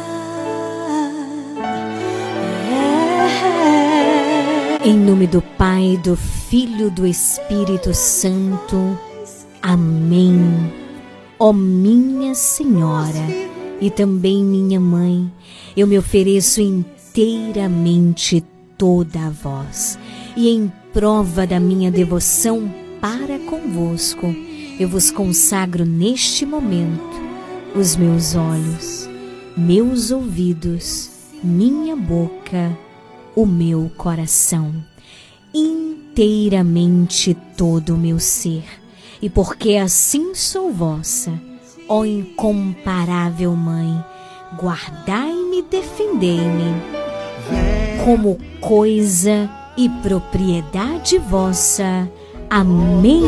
É. Em nome do Pai, do Filho, do Espírito Santo. Amém. Ó minha Senhora e também minha Mãe, eu me ofereço inteiramente toda a vós, e em prova da minha devoção para convosco, eu vos consagro neste momento os meus olhos, meus ouvidos, minha boca, o meu coração, inteiramente todo o meu ser. E porque assim sou vossa, ó incomparável Mãe, guardai-me e defendei-me como coisa e propriedade vossa. Amém.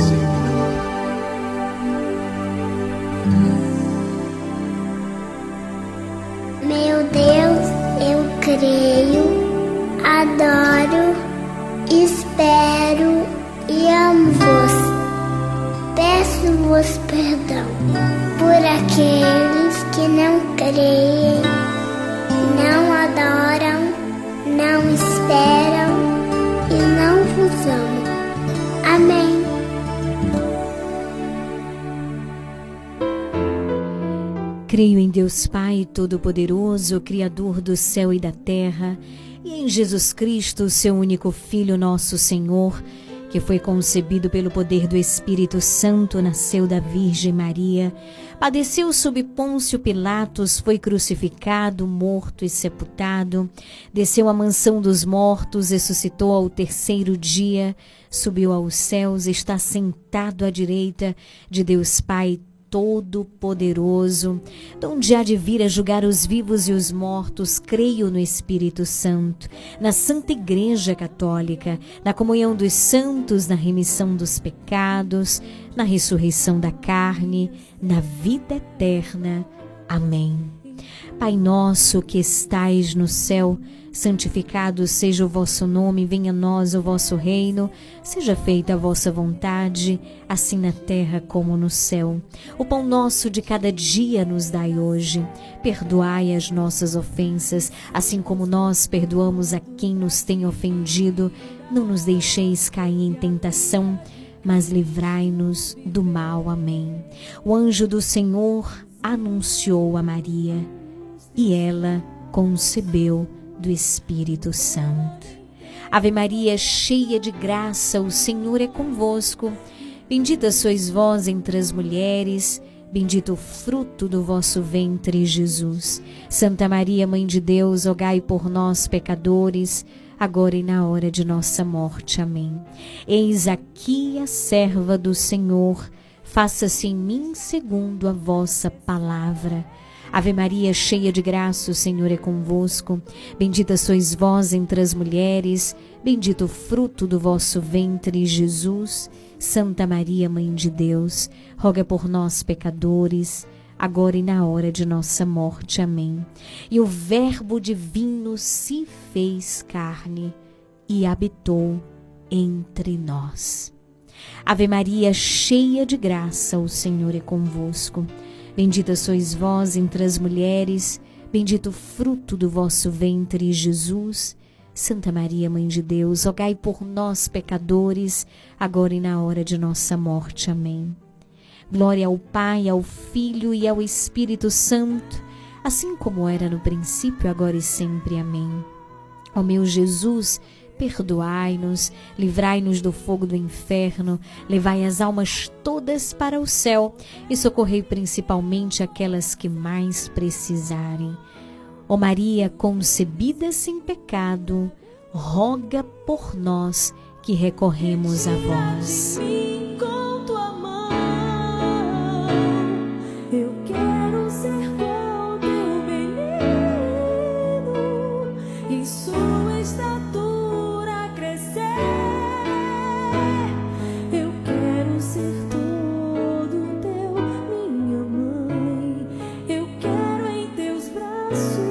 Meu Deus, eu creio, adoro, espero e amo-vos. Peço-vos perdão por aqueles que não creem, não adoram, não esperam e não vos amam. Amém. Creio em Deus Pai Todo-Poderoso, Criador do céu e da terra, e em Jesus Cristo, seu único Filho, nosso Senhor, que foi concebido pelo poder do Espírito Santo, nasceu da Virgem Maria, padeceu sob Pôncio Pilatos, foi crucificado, morto e sepultado, desceu à mansão dos mortos, ressuscitou ao terceiro dia, subiu aos céus, está sentado à direita de Deus Pai Todo-Poderoso, donde há de vir a julgar os vivos e os mortos. Creio no Espírito Santo, na Santa Igreja Católica, na comunhão dos santos, na remissão dos pecados, na ressurreição da carne, na vida eterna. Amém. Pai nosso que estais no céu, santificado seja o vosso nome, venha a nós o vosso reino, seja feita a vossa vontade, assim na terra como no céu. O pão nosso de cada dia nos dai hoje. Perdoai as nossas ofensas, assim como nós perdoamos a quem nos tem ofendido. Não nos deixeis cair em tentação, mas livrai-nos do mal. Amém. O anjo do Senhor anunciou a Maria, e ela concebeu do Espírito Santo. Ave Maria, cheia de graça, o Senhor é convosco. Bendita sois vós entre as mulheres, bendito o fruto do vosso ventre, Jesus. Santa Maria, Mãe de Deus, rogai por nós, pecadores, agora e na hora de nossa morte. Amém. Eis aqui a serva do Senhor, faça-se em mim segundo a vossa palavra. Ave Maria, cheia de graça, o Senhor é convosco. Bendita sois vós entre as mulheres, bendito o fruto do vosso ventre, Jesus. Santa Maria, Mãe de Deus, roga por nós, pecadores, agora e na hora de nossa morte. Amém. E o Verbo divino se fez carne e habitou entre nós. Ave Maria, cheia de graça, o Senhor é convosco. Bendita sois vós entre as mulheres, bendito o fruto do vosso ventre, Jesus. Santa Maria, Mãe de Deus, rogai por nós, pecadores, agora e na hora de nossa morte. Amém. Glória ao Pai, ao Filho e ao Espírito Santo, assim como era no princípio, agora e sempre. Amém. Ó meu Jesus, perdoai-nos, livrai-nos do fogo do inferno, levai as almas todas para o céu e socorrei principalmente aquelas que mais precisarem. Ó Maria, concebida sem pecado, roga por nós que recorremos a vós. Com tua mão, eu quero ser como teu menino, em sua estatura crescer. Eu quero ser todo teu, minha mãe. Eu quero em teus braços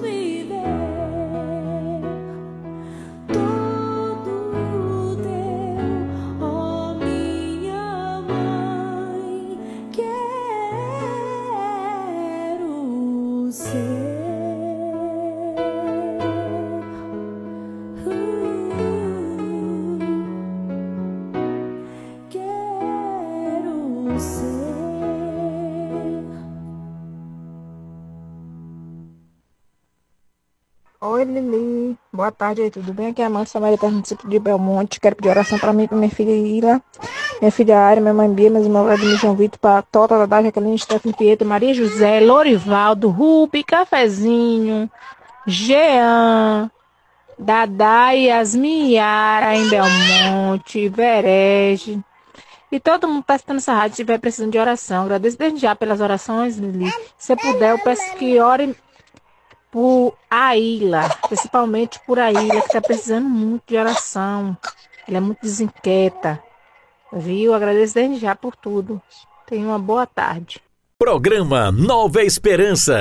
Oi, Lili. Boa tarde aí, tudo bem? Aqui é a Mãe Samaria, do município de Belmonte. Quero pedir oração para mim, para minha filha Ila, minha filha Ária, minha mãe Bia, meus irmãos Vladimir, João Vitor, para Tota, Dadá, Jaqueline, Stephanie, Pietro, Maria José, Lorivaldo, Rubi, Cafezinho, Jean, Dadá e Yasmin Yara em Belmonte, Verege. E todo mundo que está assistindo essa rádio estiver precisando de oração. Agradeço desde já pelas orações, Lili. Se puder, eu peço que ore por a Ilha, principalmente por a Ilha, que está precisando muito de oração. Ela é muito desinquieta, viu? Agradeço desde já por tudo. Tenha uma boa tarde. Programa Nova Esperança.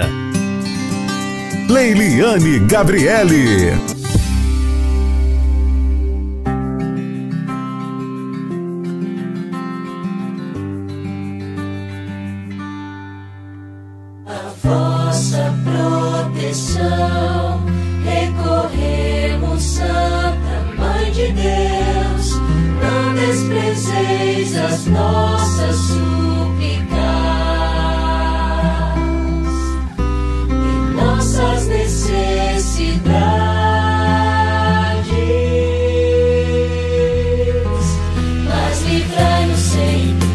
Leiliane Gabriele. Vossa proteção, recorremos, Santa Mãe de Deus, não desprezeis as nossas súplicas e nossas necessidades, mas livrai-nos sempre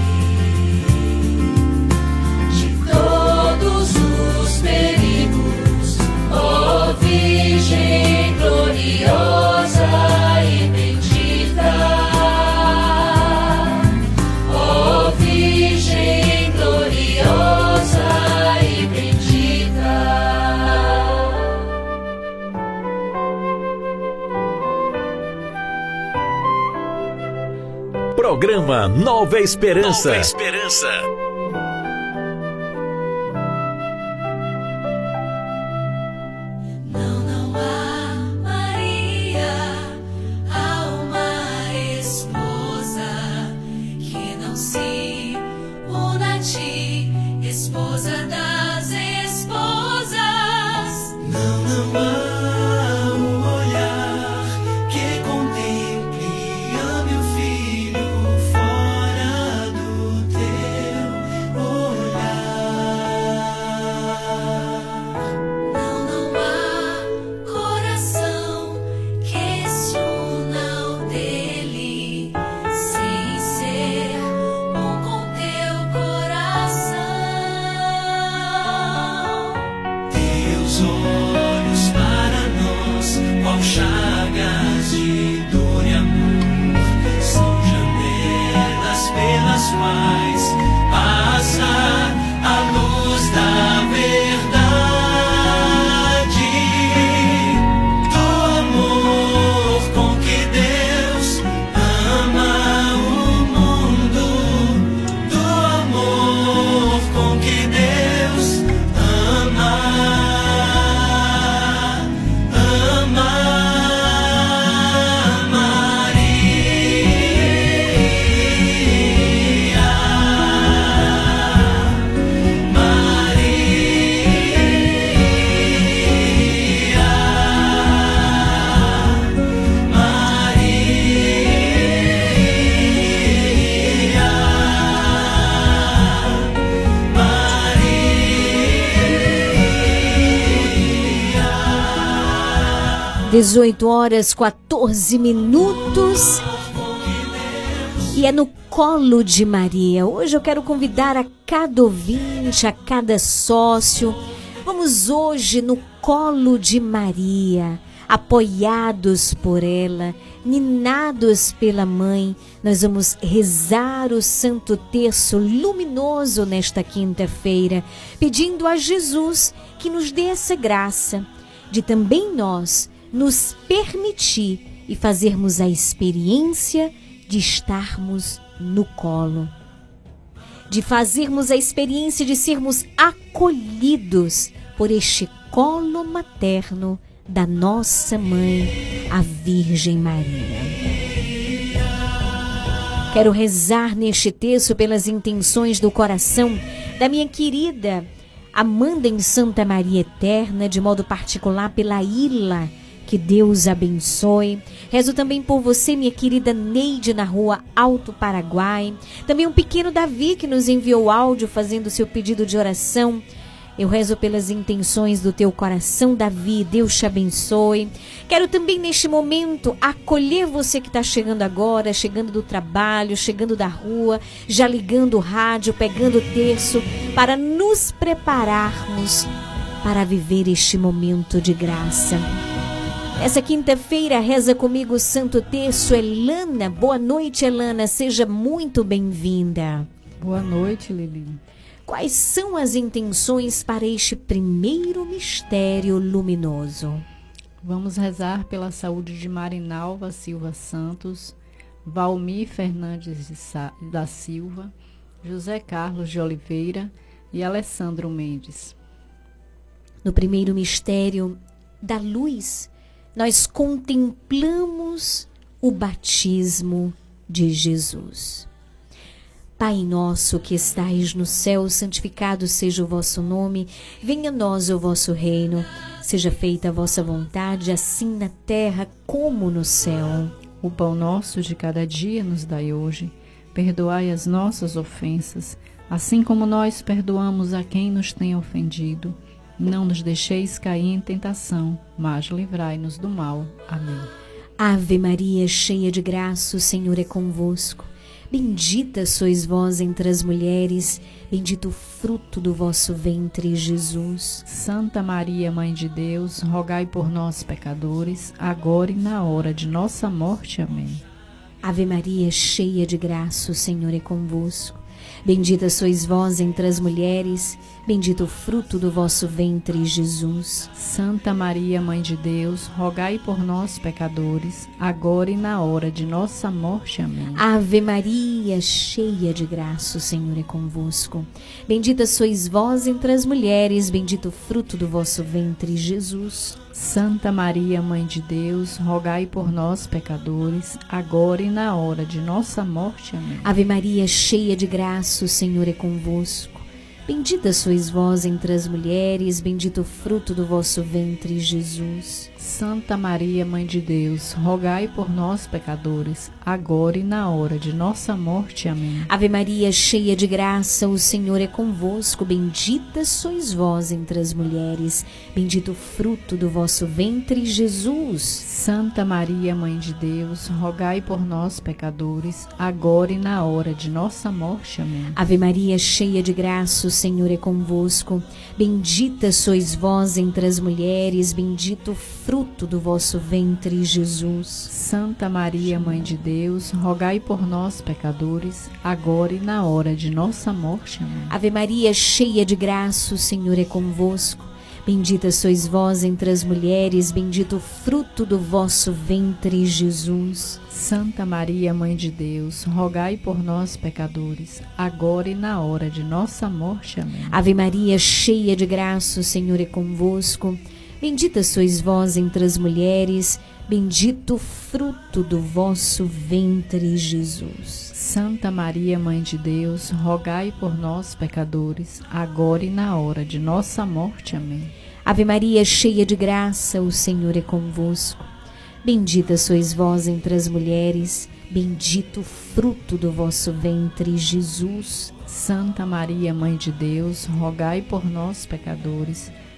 Virgem gloriosa e bendita, ó Virgem gloriosa e bendita. Programa Nova Esperança. Nova Esperança. Pelas quais passa a luz da verdade. dezoito horas, quatorze minutos. E é no colo de Maria. Hoje eu quero convidar a cada ouvinte, a cada sócio. Vamos hoje no colo de Maria, apoiados por ela, ninados pela mãe. Nós vamos rezar o Santo Terço luminoso nesta quinta-feira, pedindo a Jesus que nos dê essa graça de também nós nos permitir e fazermos a experiência de estarmos no colo, de fazermos a experiência de sermos acolhidos por este colo materno da nossa mãe, a Virgem Maria. Quero rezar neste texto pelas intenções do coração da minha querida Amanda em Santa Maria Eterna, de modo particular pela Ilha. Que Deus abençoe. Rezo também por você, minha querida Neide, na rua Alto Paraguai. Também um pequeno Davi que nos enviou áudio fazendo seu pedido de oração. Eu rezo pelas intenções do teu coração, Davi. Deus te abençoe. Quero também neste momento acolher você que está chegando agora, chegando do trabalho, chegando da rua, já ligando o rádio, pegando o terço, para nos prepararmos para viver este momento de graça. Essa quinta-feira reza comigo o Santo Terço, Elana. Boa noite, Elana. Seja muito bem-vinda. Boa noite, Lili. Quais são as intenções para este primeiro mistério luminoso? Vamos rezar pela saúde de Marinalva Silva Santos, Valmir Fernandes da Silva, José Carlos de Oliveira e Alessandro Mendes. No primeiro mistério da luz, nós contemplamos o batismo de Jesus. Pai nosso que estais no céu, santificado seja o vosso nome, venha a nós o vosso reino, seja feita a vossa vontade, assim na terra como no céu. O pão nosso de cada dia nos dai hoje, perdoai as nossas ofensas, assim como nós perdoamos a quem nos tem ofendido. Não nos deixeis cair em tentação, mas livrai-nos do mal. Amém. Ave Maria, cheia de graça, o Senhor é convosco. Bendita sois vós entre as mulheres, bendito o fruto do vosso ventre, Jesus. Santa Maria, Mãe de Deus, rogai por nós, pecadores, agora e na hora de nossa morte. Amém. Ave Maria, cheia de graça, o Senhor é convosco. Bendita sois vós entre as mulheres, bendito o fruto do vosso ventre, Jesus. Santa Maria, Mãe de Deus, rogai por nós, pecadores, agora e na hora de nossa morte. Amém. Ave Maria, cheia de graça, o Senhor é convosco. Bendita sois vós entre as mulheres, bendito o fruto do vosso ventre, Jesus. Santa Maria, Mãe de Deus, rogai por nós, pecadores, agora e na hora de nossa morte. Amém. Ave Maria, cheia de graça, o Senhor é convosco. Bendita sois vós entre as mulheres, bendito o fruto do vosso ventre, Jesus. Santa Maria, Mãe de Deus, rogai por nós, pecadores, agora e na hora de nossa morte. Amém. Ave Maria, cheia de graça, o Senhor é convosco. Bendita sois vós entre as mulheres, bendito o fruto do vosso ventre, Jesus. Santa Maria, Mãe de Deus, rogai por nós, pecadores, agora e na hora de nossa morte. Amém. Ave Maria, cheia de graça, o Senhor é convosco. Bendita sois vós entre as mulheres, bendito o fruto do vosso ventre, Jesus. Santa Maria, Mãe de Deus, rogai por nós, pecadores, agora e na hora de nossa morte. Amém. Ave Maria, cheia de graça, o Senhor é convosco. Bendita sois vós entre as mulheres, bendito o fruto do vosso ventre, Jesus. Santa Maria, Mãe de Deus, rogai por nós, pecadores, agora e na hora de nossa morte. Amém. Ave Maria, cheia de graça, o Senhor é convosco. Bendita sois vós entre as mulheres, bendito o fruto do vosso ventre, Jesus. Santa Maria, Mãe de Deus, rogai por nós, pecadores, agora e na hora de nossa morte. Amém. Ave Maria, cheia de graça, o Senhor é convosco. Bendita sois vós entre as mulheres, bendito o fruto do vosso ventre, Jesus. Santa Maria, Mãe de Deus, rogai por nós, pecadores,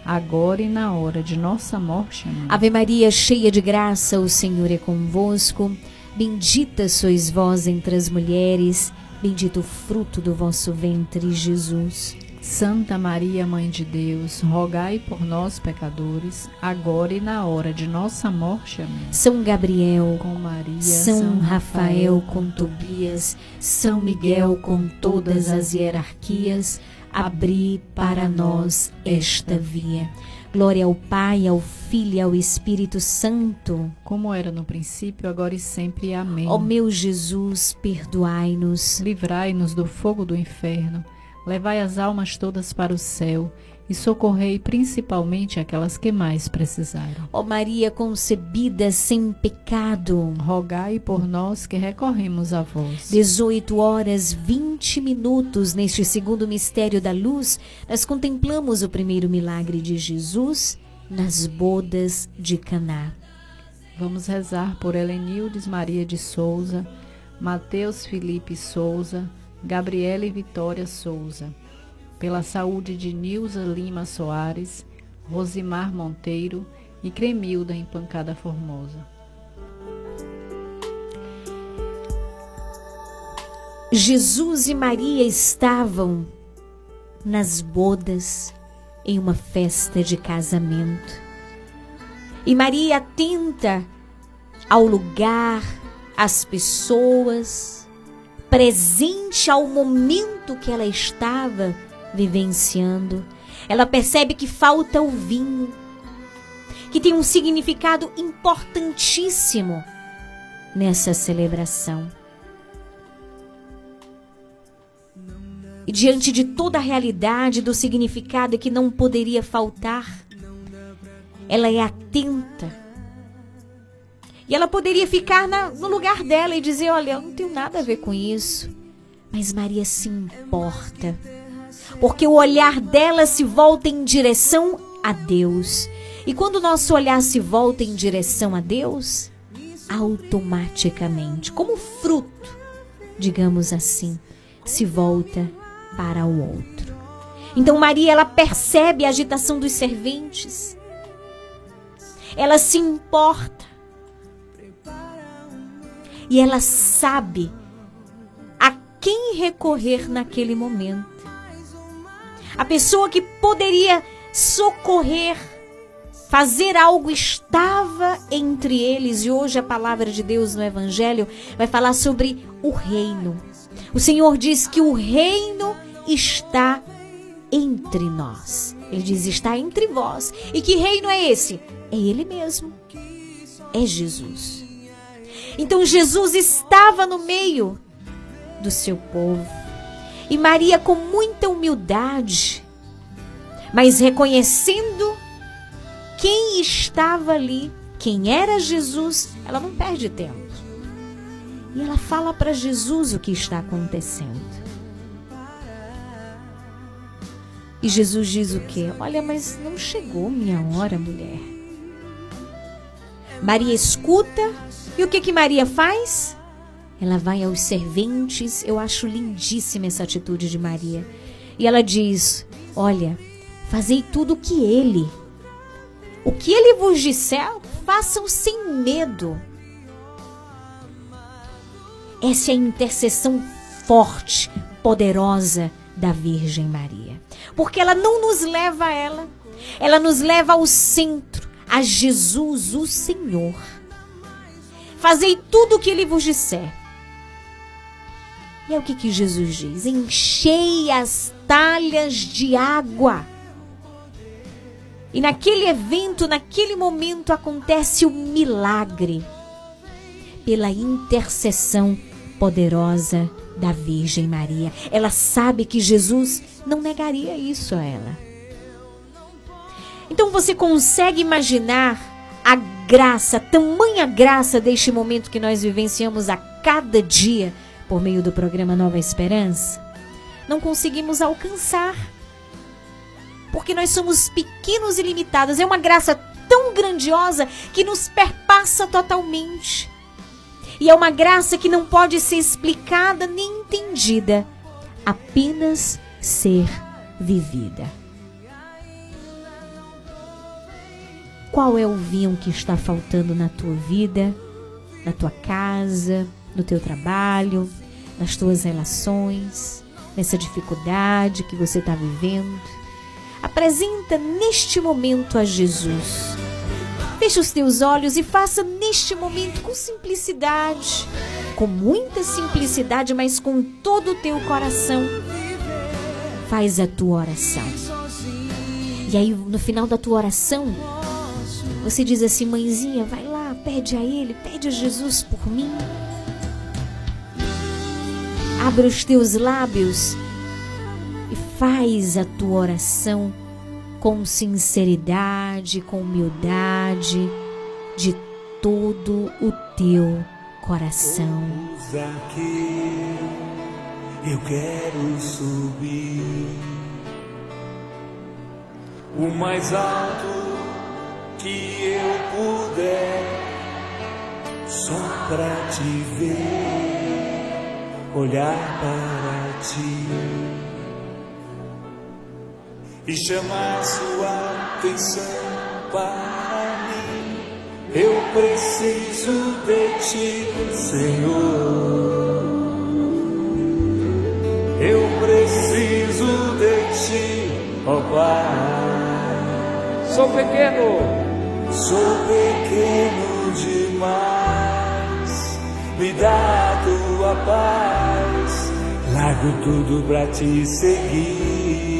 agora e na hora de nossa morte. Amém. Ave Maria, cheia de graça, o Senhor é convosco. Bendita sois vós entre as mulheres, bendito o fruto do vosso ventre, Jesus. Santa Maria, Mãe de Deus, rogai por nós, pecadores, agora e na hora de nossa morte. Amém. São Gabriel com Maria, São, São Rafael, Rafael com Tobias, São Miguel com todas as hierarquias, abri para nós esta via. Glória ao Pai, ao Filho e ao Espírito Santo, como era no princípio, agora e sempre. Amém. Ó meu Jesus, perdoai-nos, livrai-nos do fogo do inferno, levai as almas todas para o céu e socorrei principalmente aquelas que mais precisaram. Ó Maria concebida sem pecado, rogai por nós que recorremos a vós. dezoito horas, vinte minutos, neste segundo mistério da luz, nós contemplamos o primeiro milagre de Jesus nas bodas de Caná. Vamos rezar por Helenildes Maria de Souza, Mateus Felipe Souza, Gabriela e Vitória Souza, pela saúde de Nilza Lima Soares, Rosimar Monteiro e Cremilda em Pancada Formosa. Jesus e Maria estavam nas bodas em uma festa de casamento. E Maria, atenta ao lugar, às pessoas, presente ao momento que ela estava vivenciando, ela percebe que falta o vinho, que tem um significado importantíssimo nessa celebração. E diante de toda a realidade do significado que não poderia faltar, ela é atenta. E ela poderia ficar na, no lugar dela e dizer, olha, eu não tenho nada a ver com isso. Mas Maria se importa, porque o olhar dela se volta em direção a Deus. E quando o nosso olhar se volta em direção a Deus, automaticamente, como fruto, digamos assim, se volta para o outro. Então Maria, ela percebe a agitação dos serventes. Ela se importa. E ela sabe a quem recorrer naquele momento. A pessoa que poderia socorrer, fazer algo, estava entre eles. E hoje a palavra de Deus no Evangelho vai falar sobre o reino. O Senhor diz que o reino está entre nós. Ele diz, está entre vós. E que reino é esse? É Ele mesmo. É Jesus. Então Jesus estava no meio do seu povo. E Maria, com muita humildade, mas reconhecendo quem estava ali, quem era Jesus, ela não perde tempo. E ela fala para Jesus o que está acontecendo. E Jesus diz o quê? Olha, mas não chegou minha hora, mulher. Maria escuta. E o que que Maria faz? Ela vai aos serventes. Eu acho lindíssima essa atitude de Maria. E ela diz, olha, fazei tudo o que ele, o que ele vos disser, façam sem medo. Essa é a intercessão forte, poderosa da Virgem Maria. Porque ela não nos leva a ela. Ela nos leva ao centro, a Jesus, o Senhor. Fazei tudo o que ele vos disser. E é o que, que Jesus diz? Enchei as talhas de água. E naquele evento, naquele momento, acontece o milagre. Pela intercessão poderosa da Virgem Maria. Ela sabe que Jesus não negaria isso a ela. Então você consegue imaginar a graça, tamanha graça deste momento que nós vivenciamos a cada dia por meio do programa Nova Esperança? Não conseguimos alcançar, porque nós somos pequenos e limitados. É uma graça tão grandiosa que nos perpassa totalmente. E é uma graça que não pode ser explicada nem entendida, apenas ser vivida. qual é o vinho que está faltando na tua vida, na tua casa, no teu trabalho, nas tuas relações, nessa dificuldade que você está vivendo. Apresenta neste momento a Jesus. Feche os teus olhos e faça neste momento com simplicidade, com muita simplicidade, mas com todo o teu coração. Faz a tua oração. E aí, no final da tua oração, você diz assim: mãezinha, vai lá, pede a Ele, pede a Jesus por mim. Abre os teus lábios e faz a tua oração com sinceridade, com humildade, de todo o teu coração. Aqui eu quero subir o mais alto que eu puder, só pra te ver, olhar para ti e chamar sua atenção para mim. Eu preciso de ti, Senhor. Eu preciso de ti, ó Pai. Sou pequeno, sou pequeno demais. Me dá a tua paz, largo tudo pra te seguir.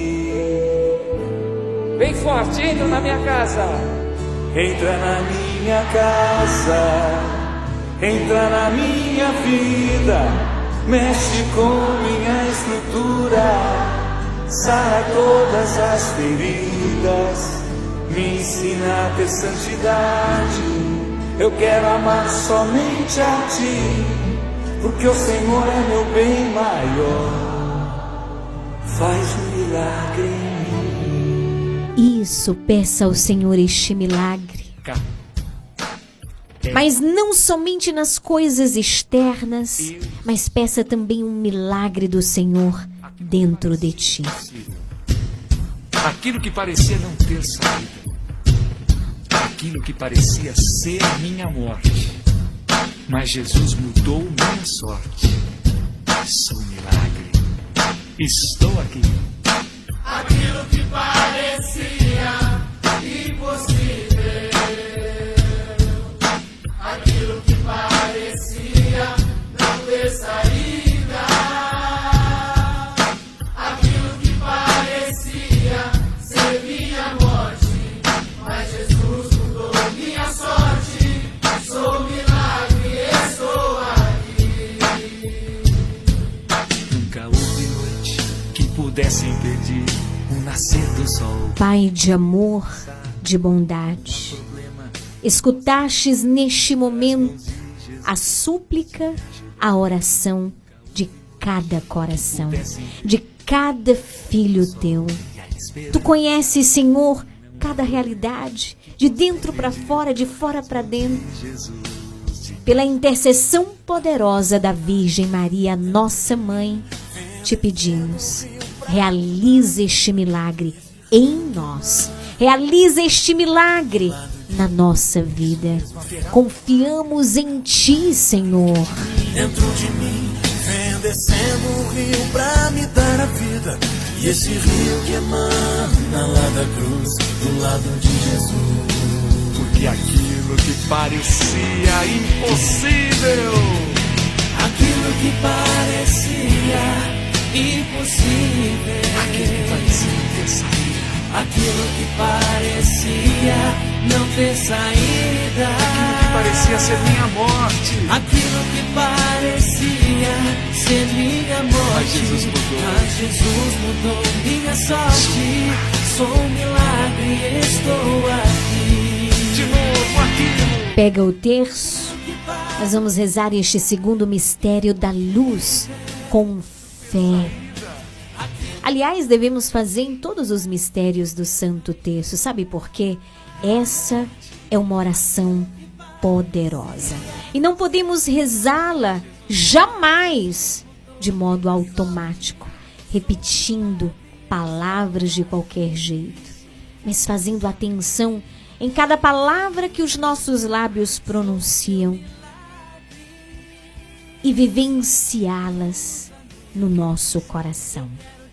Bem forte, entra na minha casa. Entra na minha casa, entra na minha vida, mexe com minha estrutura, sara todas as feridas, me ensina a ter santidade. Eu quero amar somente a ti, porque o Senhor é meu bem maior. Faz um milagre em mim. Isso, peça ao Senhor este milagre. Mas não somente nas coisas externas, mas peça também um milagre do Senhor dentro de ti. Aquilo que parecia não ter saída, aquilo que parecia ser minha morte, mas Jesus mudou minha sorte. Sou um milagre, estou aqui. Aquilo que parecia impossível, aquilo que parecia não ter saída, aquilo que parecia ser minha morte, mas Jesus mudou minha sorte. Sou milagre, estou aqui. Nunca houve noite que pudesse impedir o nascer do sol. Pai de amor, de bondade, escutastes neste momento a súplica, a oração de cada coração, de cada filho teu. Tu conheces, Senhor, cada realidade, de dentro para fora, de fora para dentro. Pela intercessão poderosa da Virgem Maria, nossa mãe, te pedimos, realiza este milagre em nós. Realiza este milagre na nossa vida. Confiamos em ti, Senhor. Dentro de mim vem descendo um rio pra me dar a vida. E esse rio que emana lá da cruz, do lado de Jesus. Porque aquilo que parecia impossível, aquilo que parecia impossível, aquilo que parecia ter saída, aquilo que parecia não ter saída, aquilo que parecia ser minha morte, aquilo que parecia ser minha morte, mas Jesus mudou, mas Jesus mudou minha sorte. Sou um milagre, estou aqui. De novo aqui. Pega o terço, nós vamos rezar este segundo mistério da luz com fé. Aliás, devemos fazer em todos os mistérios do Santo Terço. Sabe por quê? Essa é uma oração poderosa. E não podemos rezá-la jamais de modo automático, repetindo palavras de qualquer jeito, mas fazendo atenção em cada palavra que os nossos lábios pronunciam e vivenciá-las no nosso coração.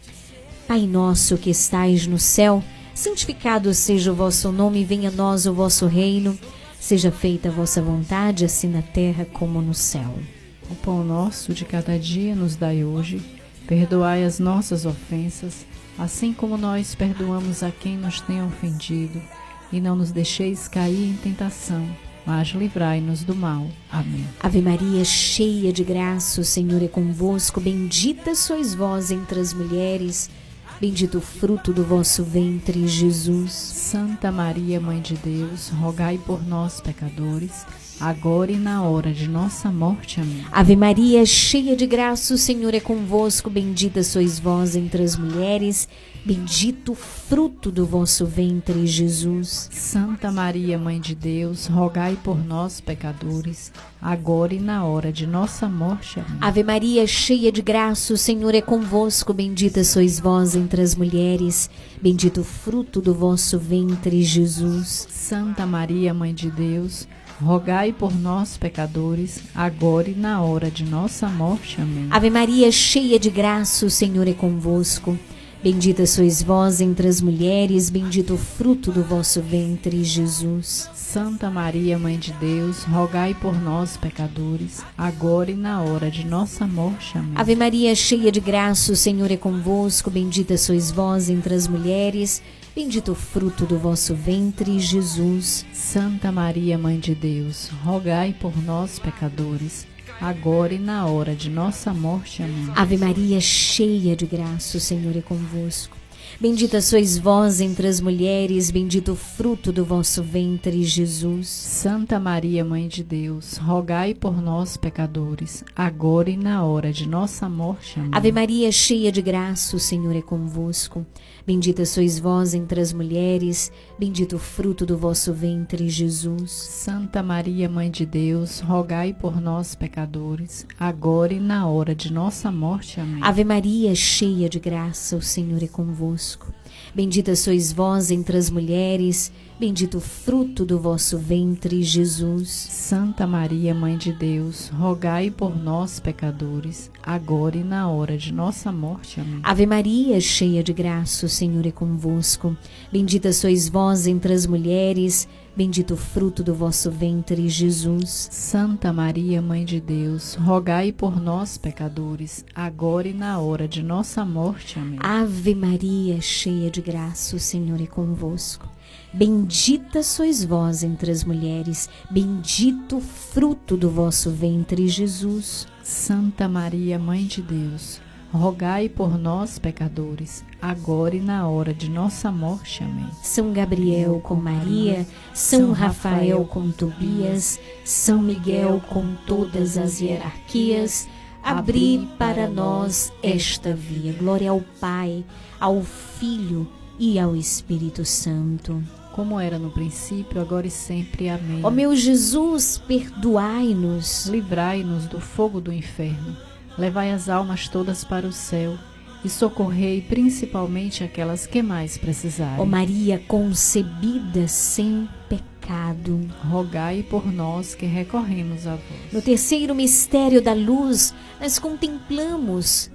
Pai nosso que estais no céu, santificado seja o vosso nome, venha a nós o vosso reino, seja feita a vossa vontade, assim na terra como no céu. O pão nosso de cada dia nos dai hoje, perdoai as nossas ofensas, assim como nós perdoamos a quem nos tem ofendido, e não nos deixeis cair em tentação, mas livrai-nos do mal. Amém. Ave Maria, cheia de graça, o Senhor é convosco, bendita sois vós entre as mulheres, bendito o fruto do vosso ventre, Jesus. Santa Maria, Mãe de Deus, rogai por nós, pecadores, agora e na hora de nossa morte. Amém. Ave Maria, cheia de graça, o Senhor é convosco, bendita sois vós entre as mulheres, bendito o fruto do vosso ventre, Jesus. Santa Maria, Mãe de Deus, rogai por nós, pecadores, agora e na hora de nossa morte. Amém. Ave Maria, cheia de graça, o Senhor é convosco, bendita sois vós entre as mulheres, bendito o fruto do vosso ventre, Jesus. Santa Maria, Mãe de Deus, rogai por nós, pecadores, agora e na hora de nossa morte. Amém. Ave Maria, cheia de graça, o Senhor é convosco, bendita sois vós entre as mulheres, bendito o fruto do vosso ventre, Jesus. Santa Maria, Mãe de Deus, rogai por nós, pecadores, agora e na hora de nossa morte. Amém. Ave Maria, cheia de graça, o Senhor é convosco, bendita sois vós entre as mulheres, bendito o fruto do vosso ventre, Jesus. Santa Maria, Mãe de Deus, rogai por nós, pecadores, agora e na hora de nossa morte. Amém. Ave Maria, cheia de graça, o Senhor é convosco. Bendita sois vós entre as mulheres, bendito o fruto do vosso ventre, Jesus. Santa Maria, Mãe de Deus, rogai por nós, pecadores, agora e na hora de nossa morte. Amém. Ave Maria, cheia de graça, o Senhor é convosco. Bendita sois vós entre as mulheres, bendito o fruto do vosso ventre, Jesus. Santa Maria, Mãe de Deus, rogai por nós, pecadores, agora e na hora de nossa morte. Amém. Ave Maria, cheia de graça, o Senhor é convosco. Bendita sois vós entre as mulheres, bendito o fruto do vosso ventre, Jesus. Santa Maria, Mãe de Deus, rogai por nós, pecadores, agora e na hora de nossa morte. Amém. Ave Maria, cheia de graça, o Senhor é convosco. Bendita sois vós entre as mulheres, bendito o fruto do vosso ventre, Jesus. Santa Maria, Mãe de Deus, rogai por nós, pecadores, agora e na hora de nossa morte. Amém. Ave Maria, cheia de graça, o Senhor é convosco. Bendita sois vós entre as mulheres, bendito o fruto do vosso ventre, Jesus. Santa Maria, Mãe de Deus, rogai por nós, pecadores, agora e na hora de nossa morte. Amém. São Gabriel com Maria, São Rafael com Tobias, São Miguel com todas as hierarquias, abri para nós esta via. Glória ao Pai, ao Filho e ao Espírito Santo. Como era no princípio, agora e sempre. Amém. Ó meu Jesus, perdoai-nos. Livrai-nos do fogo do inferno. Levai as almas todas para o céu e socorrei principalmente aquelas que mais precisarem. Ó Maria concebida sem pecado, rogai por nós que recorremos a vós. No terceiro mistério da luz, nós contemplamos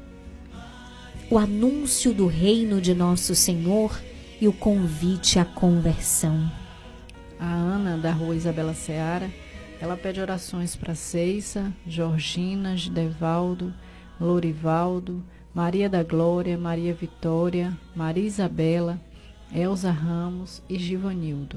o anúncio do reino de nosso Senhor e o convite à conversão. A Ana, da rua Isabela Seara, ela pede orações para Ceissa, Georgina, Gidevaldo, Lorivaldo, Maria da Glória, Maria Vitória, Maria Isabela, Elza Ramos e Givanildo.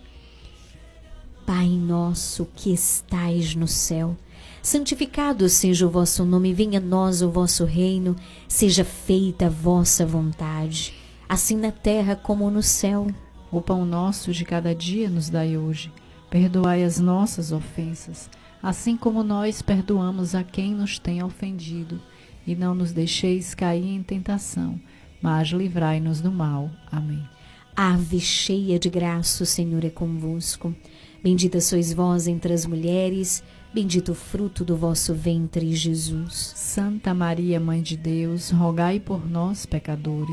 Pai nosso que estais no céu, santificado seja o vosso nome, venha a nós o vosso reino, seja feita a vossa vontade, assim na terra como no céu. O pão nosso de cada dia nos dai hoje. Perdoai as nossas ofensas, assim como nós perdoamos a quem nos tem ofendido. E não nos deixeis cair em tentação, mas livrai-nos do mal. Amém. Ave cheia de graça, o Senhor é convosco. Bendita sois vós entre as mulheres, bendito o fruto do vosso ventre, Jesus. Santa Maria, Mãe de Deus, rogai por nós, pecadores,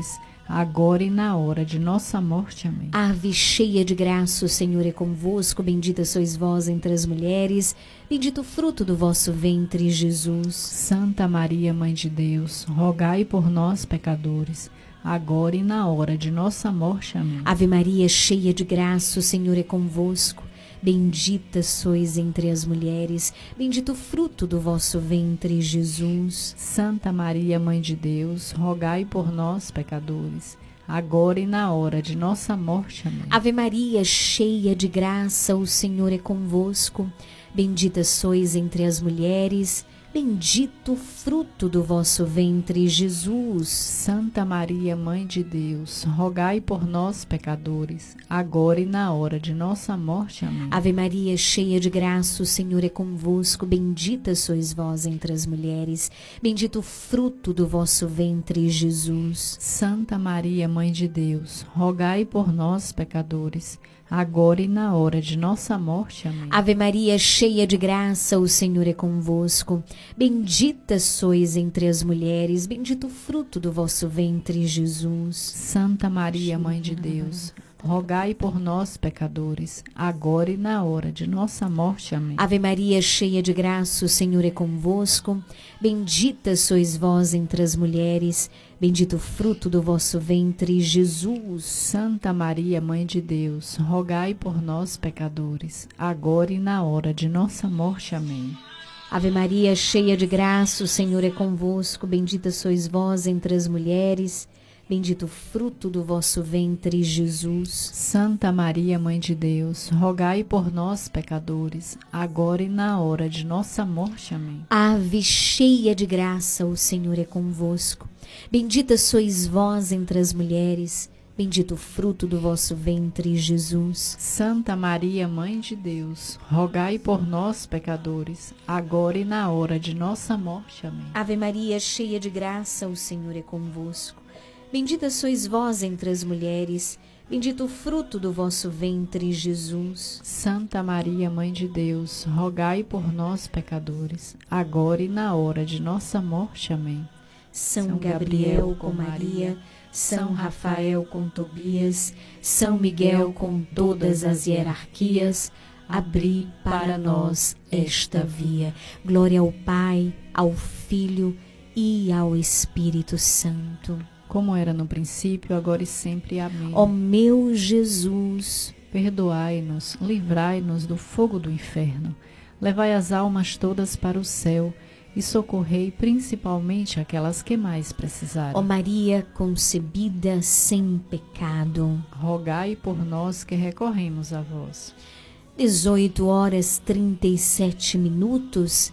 agora e na hora de nossa morte. Amém. Ave cheia de graça, o Senhor é convosco, bendita sois vós entre as mulheres, bendito o fruto do vosso ventre, Jesus. Santa Maria, Mãe de Deus, rogai por nós, pecadores, agora e na hora de nossa morte. Amém. Ave Maria, cheia de graça, o Senhor é convosco, bendita sois entre as mulheres, bendito o fruto do vosso ventre, Jesus. Santa Maria, Mãe de Deus, rogai por nós, pecadores, agora e na hora de nossa morte. Amém. Ave Maria, cheia de graça, o Senhor é convosco, bendita sois entre as mulheres, bendito o fruto do vosso ventre, Jesus. Santa Maria, Mãe de Deus, rogai por nós, pecadores, agora e na hora de nossa morte. Amém. Ave Maria, cheia de graça, o Senhor é convosco, bendita sois vós entre as mulheres, bendito o fruto do vosso ventre, Jesus. Santa Maria, Mãe de Deus, rogai por nós, pecadores, agora e na hora de nossa morte. Amém. Ave Maria, cheia de graça, o Senhor é convosco, bendita sois entre as mulheres, bendito o fruto do vosso ventre, Jesus. Santa Maria, Mãe de Deus, rogai por nós, pecadores, agora e na hora de nossa morte. Amém. Ave Maria, cheia de graça, o Senhor é convosco, bendita sois vós entre as mulheres, bendito o fruto do vosso ventre, Jesus. Santa Maria, Mãe de Deus, rogai por nós, pecadores, agora e na hora de nossa morte. Amém. Ave Maria, cheia de graça, o Senhor é convosco, bendita sois vós entre as mulheres, bendito o fruto do vosso ventre, Jesus. Santa Maria, Mãe de Deus, rogai por nós, pecadores, agora e na hora de nossa morte. Amém. Ave cheia de graça, o Senhor é convosco, bendita sois vós entre as mulheres, bendito o fruto do vosso ventre, Jesus. Santa Maria, Mãe de Deus, rogai por nós, pecadores, agora e na hora de nossa morte. Amém. Ave Maria, cheia de graça, o Senhor é convosco, bendita sois vós entre as mulheres, bendito o fruto do vosso ventre, Jesus. Santa Maria, Mãe de Deus, rogai por nós, pecadores, agora e na hora de nossa morte. Amém. São Gabriel com Maria, São Rafael com Tobias, São Miguel com todas as hierarquias, abri para nós esta via. Glória ao Pai, ao Filho e ao Espírito Santo. Como era no princípio, agora e sempre. Amém. Ó meu Jesus, perdoai-nos, livrai-nos do fogo do inferno, levai as almas todas para o céu e socorrei principalmente aquelas que mais precisarem. Ó Maria concebida sem pecado, rogai por nós que recorremos a vós. dezoito horas trinta e sete minutos.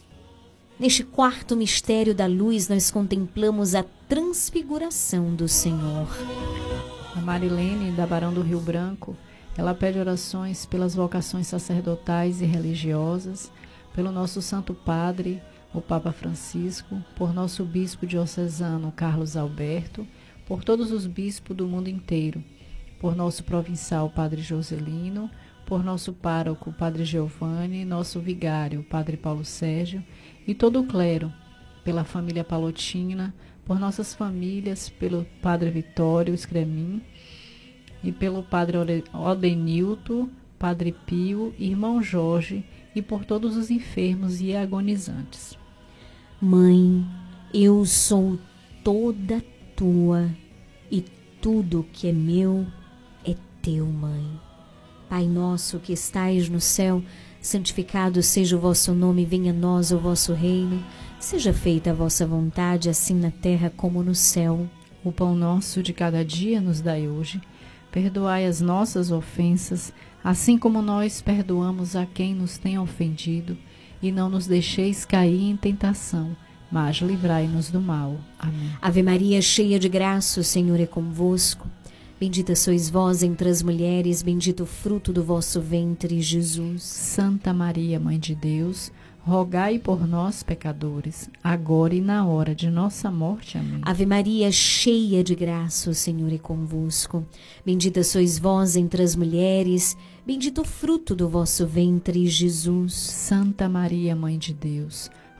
Neste quarto mistério da luz, nós contemplamos a transfiguração do Senhor. A Marilene, da Barão do Rio Branco, ela pede orações pelas vocações sacerdotais e religiosas, pelo nosso Santo Padre, o Papa Francisco, por nosso Bispo diocesano Carlos Alberto, por todos os bispos do mundo inteiro, por nosso provincial Padre Joselino, por nosso pároco Padre Giovanni, nosso vigário Padre Paulo Sérgio e todo o clero, pela família Palotina, por nossas famílias, pelo Padre Vitório Scremin e pelo Padre Odenilto, Padre Pio, Irmão Jorge e por todos os enfermos e agonizantes. Mãe, eu sou toda tua e tudo que é meu é teu, Mãe. Pai nosso que estais no céu, santificado seja o vosso nome, venha a nós o vosso reino, seja feita a vossa vontade, assim na terra como no céu. O pão nosso de cada dia nos dai hoje, perdoai as nossas ofensas, assim como nós perdoamos a quem nos tem ofendido, e não nos deixeis cair em tentação, mas livrai-nos do mal. Amém. Ave Maria, cheia de graça, o Senhor é convosco. Bendita sois vós entre as mulheres, bendito o fruto do vosso ventre, Jesus. Santa Maria, Mãe de Deus, rogai por nós, pecadores, agora e na hora de nossa morte. Amém. Ave Maria, cheia de graça, o Senhor é convosco. Bendita sois vós entre as mulheres, bendito o fruto do vosso ventre, Jesus. Santa Maria, Mãe de Deus,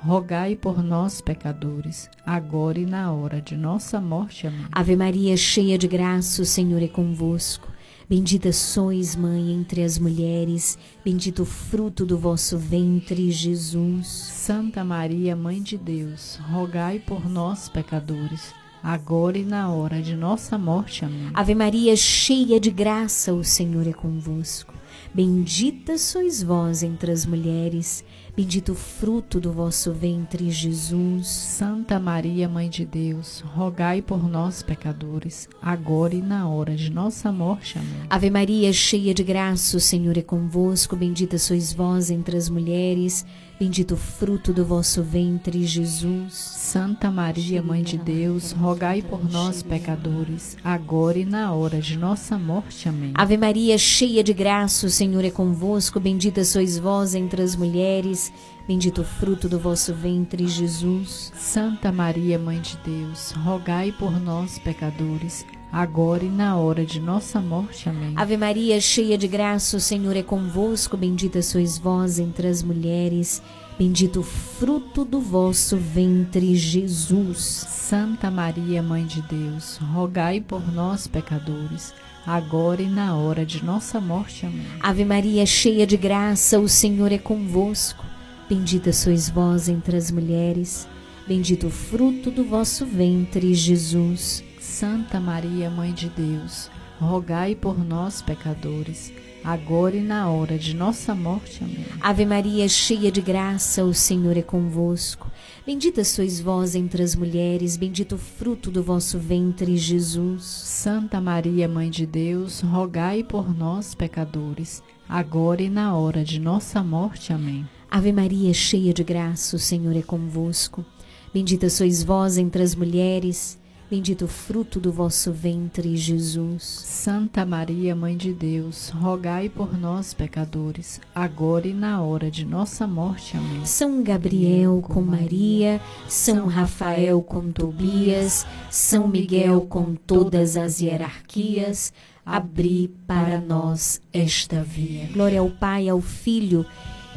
rogai por nós, pecadores, agora e na hora de nossa morte. Amém. Ave Maria, cheia de graça, o Senhor é convosco. Bendita sois, mãe, entre as mulheres, bendito o fruto do vosso ventre, Jesus. Santa Maria, Mãe de Deus, rogai por nós, pecadores, agora e na hora de nossa morte. Amém. Ave Maria, cheia de graça, o Senhor é convosco. Bendita sois vós entre as mulheres, bendito o fruto do vosso ventre, Jesus. Santa Maria, Mãe de Deus, rogai por nós, pecadores, agora e na hora de nossa morte. Amém. Ave Maria, cheia de graça, o Senhor é convosco. Bendita sois vós entre as mulheres, bendito o fruto do vosso ventre, Jesus. Santa Maria, Mãe de Deus, rogai por nós, pecadores, agora e na hora de nossa morte. Amém. Ave Maria, cheia de graça, o Senhor é convosco. Bendita sois vós entre as mulheres, bendito o fruto do vosso ventre, Jesus. Santa Maria, Mãe de Deus, rogai por nós, pecadores, agora e na hora de nossa morte. Amém. Ave Maria, cheia de graça, o Senhor é convosco. Bendita sois vós entre as mulheres, bendito o fruto do vosso ventre, Jesus. Santa Maria, Mãe de Deus, rogai por nós, pecadores, agora e na hora de nossa morte. Amém. Ave Maria, cheia de graça, o Senhor é convosco. Bendita sois vós entre as mulheres, bendito o fruto do vosso ventre, Jesus. Santa Maria, Mãe de Deus, rogai por nós, pecadores, agora e na hora de nossa morte. Amém. Ave Maria, cheia de graça, o Senhor é convosco. Bendita sois vós entre as mulheres, bendito o fruto do vosso ventre, Jesus. Santa Maria, Mãe de Deus, rogai por nós, pecadores, agora e na hora de nossa morte. Amém. Ave Maria, cheia de graça, o Senhor é convosco. Bendita sois vós entre as mulheres, bendito o fruto do vosso ventre, Jesus. Santa Maria, Mãe de Deus, rogai por nós, pecadores, agora e na hora de nossa morte. Amém. São Gabriel com Maria, São Rafael com Tobias, São Miguel com todas as hierarquias, abri para nós esta via. Glória ao Pai, ao Filho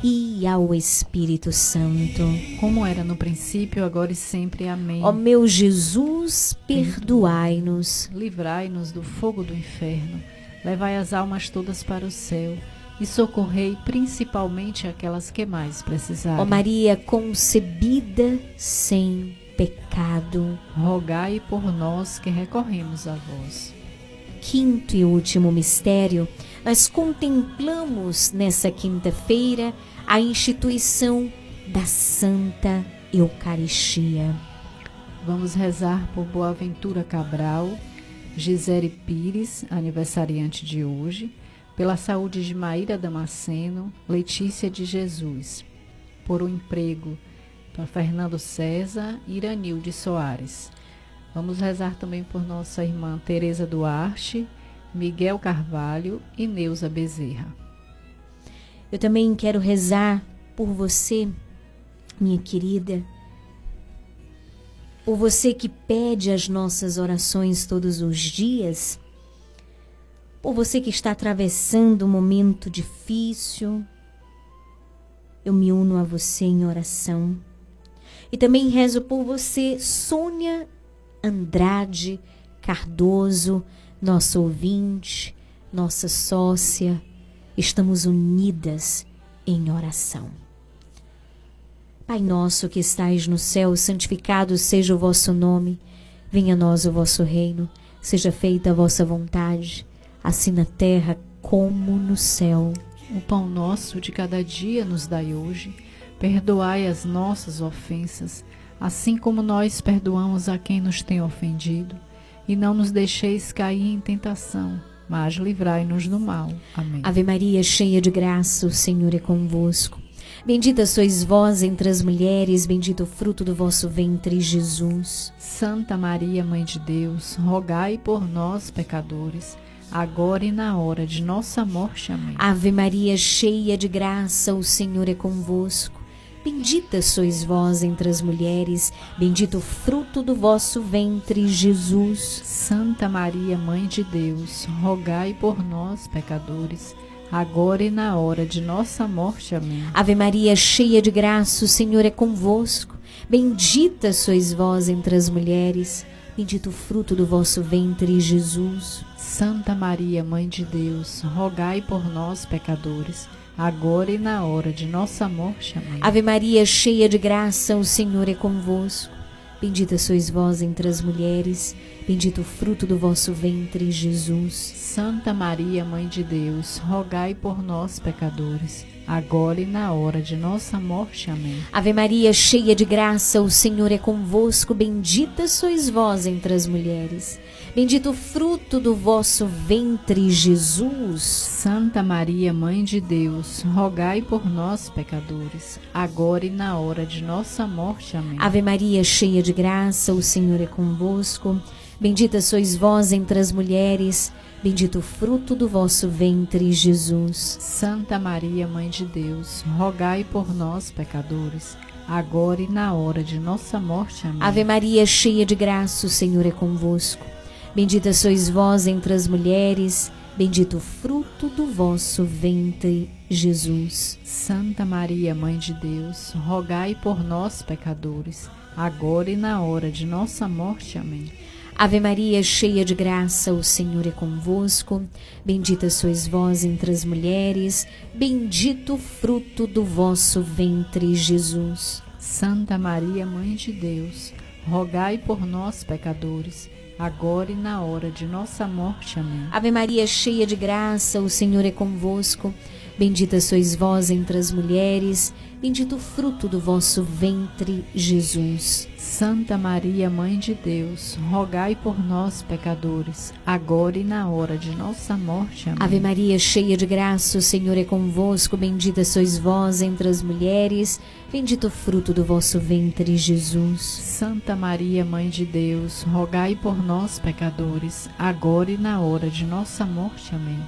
e ao Espírito Santo, como era no princípio, agora e sempre. Amém. Ó meu Jesus, perdoai-nos, livrai-nos do fogo do inferno, levai as almas todas para o céu e socorrei principalmente aquelas que mais precisarem. Ó Maria concebida sem pecado, rogai por nós que recorremos a vós. Quinto e último mistério, nós contemplamos nessa quinta-feira a instituição da Santa Eucaristia. Vamos rezar por Boaventura Cabral, Gisele Pires, aniversariante de hoje, pela saúde de Maíra Damasceno, Letícia de Jesus, por um emprego para Fernando César e Iranilde Soares. Vamos rezar também por nossa irmã Tereza Duarte, Miguel Carvalho e Neuza Bezerra. Eu também quero rezar por você, minha querida, por você que pede as nossas orações todos os dias, por você que está atravessando um momento difícil. Eu me uno a você em oração. E também rezo por você, Sônia Andrade Cardoso, nossa ouvinte, nossa sócia. Estamos unidas em oração. Pai nosso que estais no céu, santificado seja o vosso nome. Venha a nós o vosso reino. Seja feita a vossa vontade, assim na terra como no céu. O pão nosso de cada dia nos dai hoje. Perdoai as nossas ofensas, assim como nós perdoamos a quem nos tem ofendido. E não nos deixeis cair em tentação, mas livrai-nos do mal. Amém. Ave Maria, cheia de graça, o Senhor é convosco. Bendita sois vós entre as mulheres, bendito o fruto do vosso ventre, Jesus. Santa Maria, Mãe de Deus, rogai por nós, pecadores, agora e na hora de nossa morte. Amém. Ave Maria, cheia de graça, o Senhor é convosco. Bendita sois vós entre as mulheres, bendito o fruto do vosso ventre, Jesus. Santa Maria, Mãe de Deus, rogai por nós, pecadores, agora e na hora de nossa morte. Amém. Ave Maria, cheia de graça, o Senhor é convosco. Bendita sois vós entre as mulheres, bendito o fruto do vosso ventre, Jesus. Santa Maria, Mãe de Deus, rogai por nós, pecadores, agora e na hora de nossa morte. Amém. Ave Maria, cheia de graça, o Senhor é convosco. Bendita sois vós entre as mulheres, bendito o fruto do vosso ventre, Jesus. Santa Maria, Mãe de Deus, rogai por nós, pecadores, agora e na hora de nossa morte. Amém. Ave Maria, cheia de graça, o Senhor é convosco. Bendita sois vós entre as mulheres, bendito o fruto do vosso ventre, Jesus. Santa Maria, Mãe de Deus, rogai por nós, pecadores, agora e na hora de nossa morte. Amém. Ave Maria, cheia de graça, o Senhor é convosco. Bendita sois vós entre as mulheres, bendito o fruto do vosso ventre, Jesus. Santa Maria, Mãe de Deus, rogai por nós, pecadores, agora e na hora de nossa morte. Amém. Ave Maria, cheia de graça, o Senhor é convosco. Bendita sois vós entre as mulheres, bendito o fruto do vosso ventre, Jesus. Santa Maria, Mãe de Deus, rogai por nós, pecadores, agora e na hora de nossa morte. Amém. Ave Maria, cheia de graça, o Senhor é convosco. Bendita sois vós entre as mulheres, bendito o fruto do vosso ventre, Jesus. Santa Maria, Mãe de Deus, rogai por nós, pecadores, agora e na hora de nossa morte. Amém. Ave Maria, cheia de graça, o Senhor é convosco. Bendita sois vós entre as mulheres, bendito o fruto do vosso ventre, Jesus. Santa Maria, Mãe de Deus, rogai por nós, pecadores, agora e na hora de nossa morte. Amém. Ave Maria, cheia de graça, o Senhor é convosco. Bendita sois vós entre as mulheres, bendito o fruto do vosso ventre, Jesus. Santa Maria, Mãe de Deus, rogai por nós, pecadores, agora e na hora de nossa morte. Amém.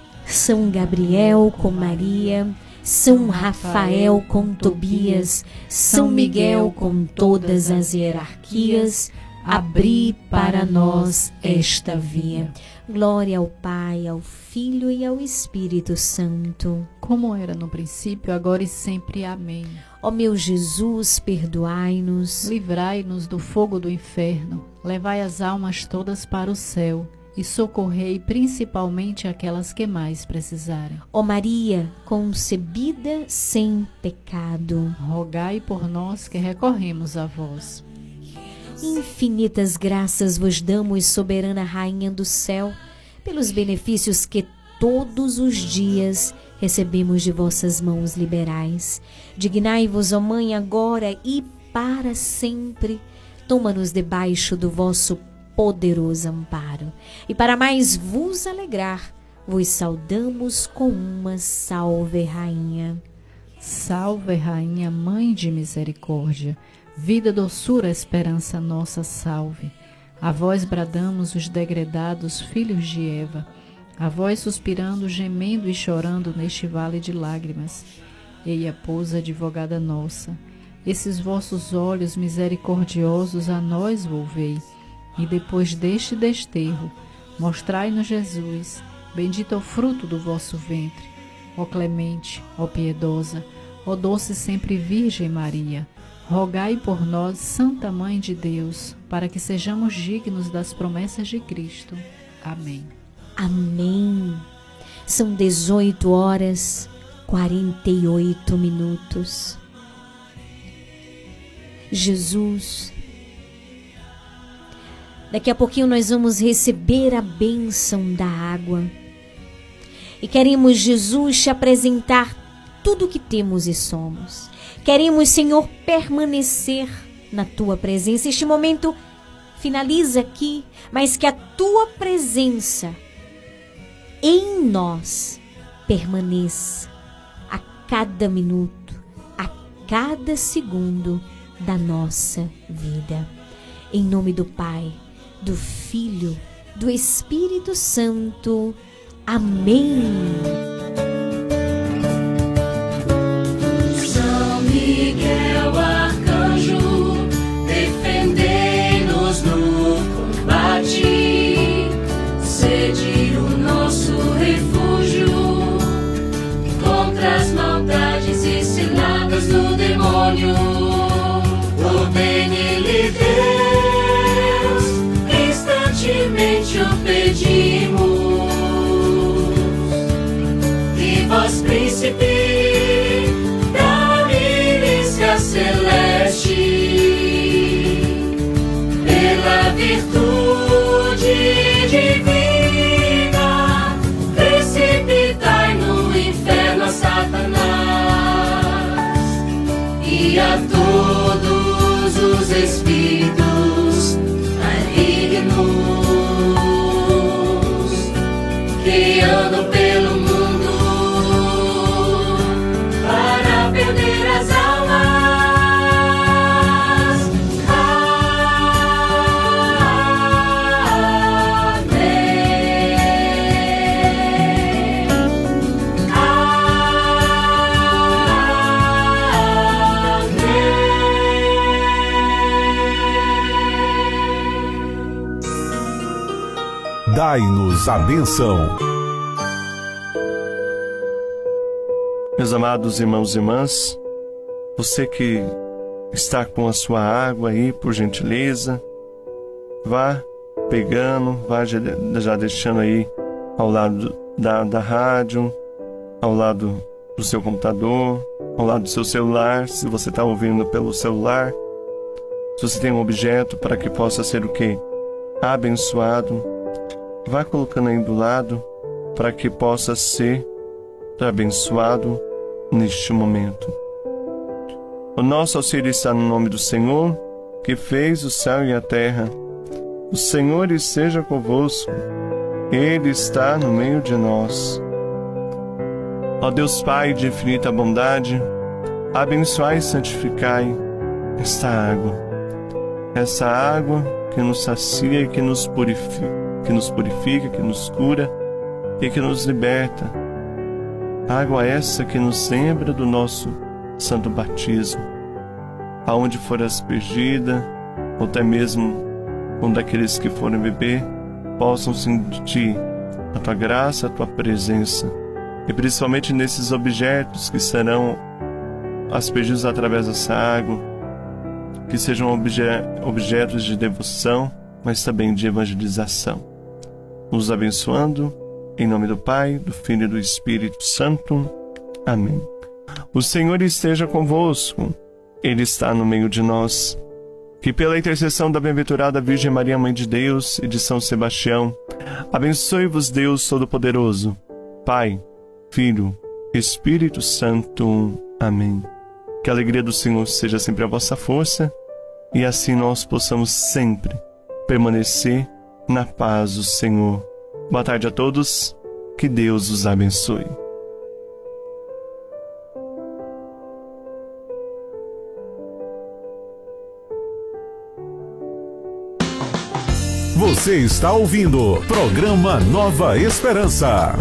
São Gabriel com Maria, São Rafael com Tobias, São Miguel com todas as hierarquias, abri para nós esta via. Glória ao Pai, ao Filho e ao Espírito Santo, como era no princípio, agora e sempre. Amém. Ó meu Jesus, perdoai-nos, livrai-nos do fogo do inferno, levai as almas todas para o céu e socorrei principalmente aquelas que mais precisarem. Ó Maria, concebida sem pecado, rogai por nós que recorremos a vós. Infinitas graças vos damos, soberana Rainha do céu, pelos benefícios que todos os dias recebemos de vossas mãos liberais. Dignai-vos, ó Mãe, agora e para sempre, toma-nos debaixo do vosso poderoso amparo. E para mais vos alegrar, vos saudamos com uma salve, Rainha. Salve, Rainha, Mãe de misericórdia, vida, doçura, esperança nossa, salve. A vós bradamos os degredados filhos de Eva, a vós suspirando, gemendo e chorando neste vale de lágrimas. Eia, pois, advogada nossa, esses vossos olhos misericordiosos a nós volvei, e depois deste desterro, mostrai-nos Jesus, bendito é o fruto do vosso ventre. Ó clemente, ó piedosa, ó doce sempre Virgem Maria, rogai por nós, Santa Mãe de Deus, para que sejamos dignos das promessas de Cristo. Amém. Amém. São dezoito horas, quarenta e oito minutos. Jesus, daqui a pouquinho nós vamos receber a bênção da água. E queremos, Jesus, te apresentar tudo o que temos e somos. Queremos, Senhor, permanecer na Tua presença. Este momento finaliza aqui, mas que a Tua presença em nós permaneça a cada minuto, a cada segundo da nossa vida. Em nome do Pai, do Filho, do Espírito Santo. Amém. São Miguel Arcanjo, defendei-nos no combate, sede o nosso refúgio humildemente o pedimos. E vós, príncipe da milícia celeste, pela virtude divina, precipitai no inferno a Satanás e a todos os espíritos malignos que andam pelo mundo para perder as almas. Dai-nos a bênção. Meus amados irmãos e irmãs, você que está com a sua água aí, por gentileza, vá pegando, vá já, já deixando aí ao lado da, da rádio, ao lado do seu computador, ao lado do seu celular, se você está ouvindo pelo celular. Se você tem um objeto para que possa ser o quê? Abençoado, vá colocando aí do lado para que possa ser abençoado neste momento. O nosso auxílio está no nome do Senhor, que fez o céu e a terra. O Senhor esteja convosco, Ele está no meio de nós. Ó Deus Pai de infinita bondade, abençoai e santificai esta água, essa água que nos sacia e que nos purifica, que nos purifica, que nos cura e que nos liberta. Água essa que nos lembra do nosso santo batismo, aonde for aspergida, ou até mesmo onde aqueles que forem beber possam sentir a tua graça, a tua presença, e principalmente nesses objetos que serão aspergidos através dessa água, que sejam obje objetos de devoção, mas também de evangelização. Nos abençoando, em nome do Pai, do Filho e do Espírito Santo. Amém. O Senhor esteja convosco, Ele está no meio de nós. Que pela intercessão da bem-aventurada Virgem Maria, Mãe de Deus, e de São Sebastião, abençoe-vos Deus Todo-Poderoso, Pai, Filho, Espírito Santo. Amém. Que a alegria do Senhor seja sempre a vossa força, e assim nós possamos sempre permanecer na paz do Senhor. Boa tarde a todos, que Deus os abençoe. Você está ouvindo Programa Nova Esperança.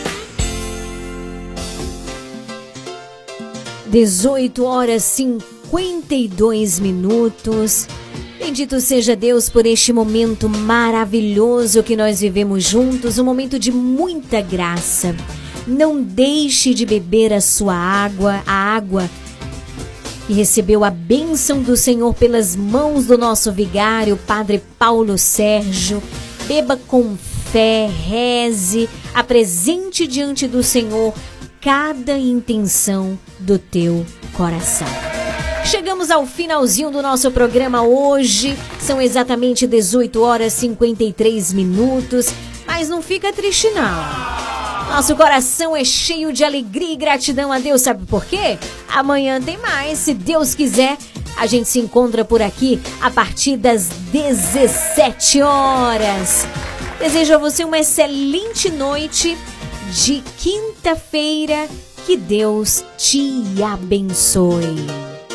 dezoito horas e cinquenta e dois minutos. Bendito seja Deus por este momento maravilhoso que nós vivemos juntos, um momento de muita graça. Não deixe de beber a sua água, a água que recebeu a bênção do Senhor pelas mãos do nosso vigário, Padre Paulo Sérgio. Beba com fé, reze, apresente diante do Senhor cada intenção do teu coração. Chegamos ao finalzinho do nosso programa hoje. São exatamente dezoito horas e cinquenta e três minutos. Mas não fica triste, não. Nosso coração é cheio de alegria e gratidão a Deus. Sabe por quê? Amanhã tem mais. Se Deus quiser, a gente se encontra por aqui a partir das dezessete horas. Desejo a você uma excelente noite de quinta-feira. Que Deus te abençoe.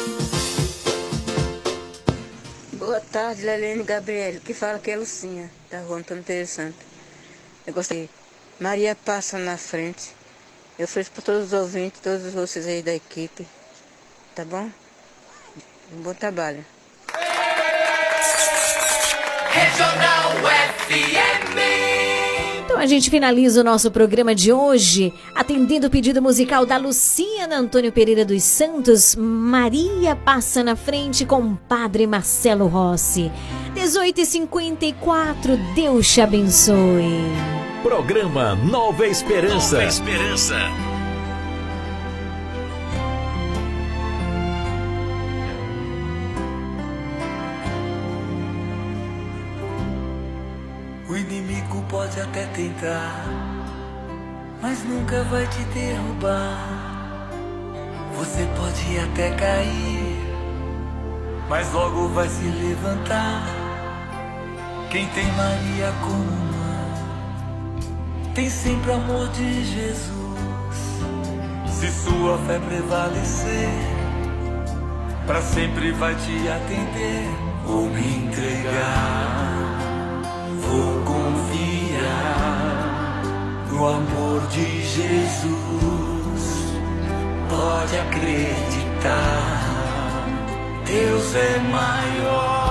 Boa tarde, Lelene Gabriele, que fala que é Lucinha, da rua Antônio Pereira Santo. Eu gostei. Maria passa na frente. Eu ofereço para todos os ouvintes, todos vocês aí da equipe. Tá bom? Um bom trabalho. Regional F M. Então a gente finaliza o nosso programa de hoje atendendo o pedido musical da Luciana Antônio Pereira dos Santos. Maria passa na frente com o Padre Marcelo Rossi. dezoito e cinquenta e quatro, Deus te abençoe. Programa Nova Esperança. Nova Esperança. O inimigo pode até tentar, mas nunca vai te derrubar. Você pode até cair, mas logo vai se levantar. Quem tem Maria como mãe, tem sempre amor de Jesus. Se sua fé prevalecer, pra sempre vai te atender. Vou me entregar, vou confiar no amor de Jesus. Pode acreditar, Deus é maior.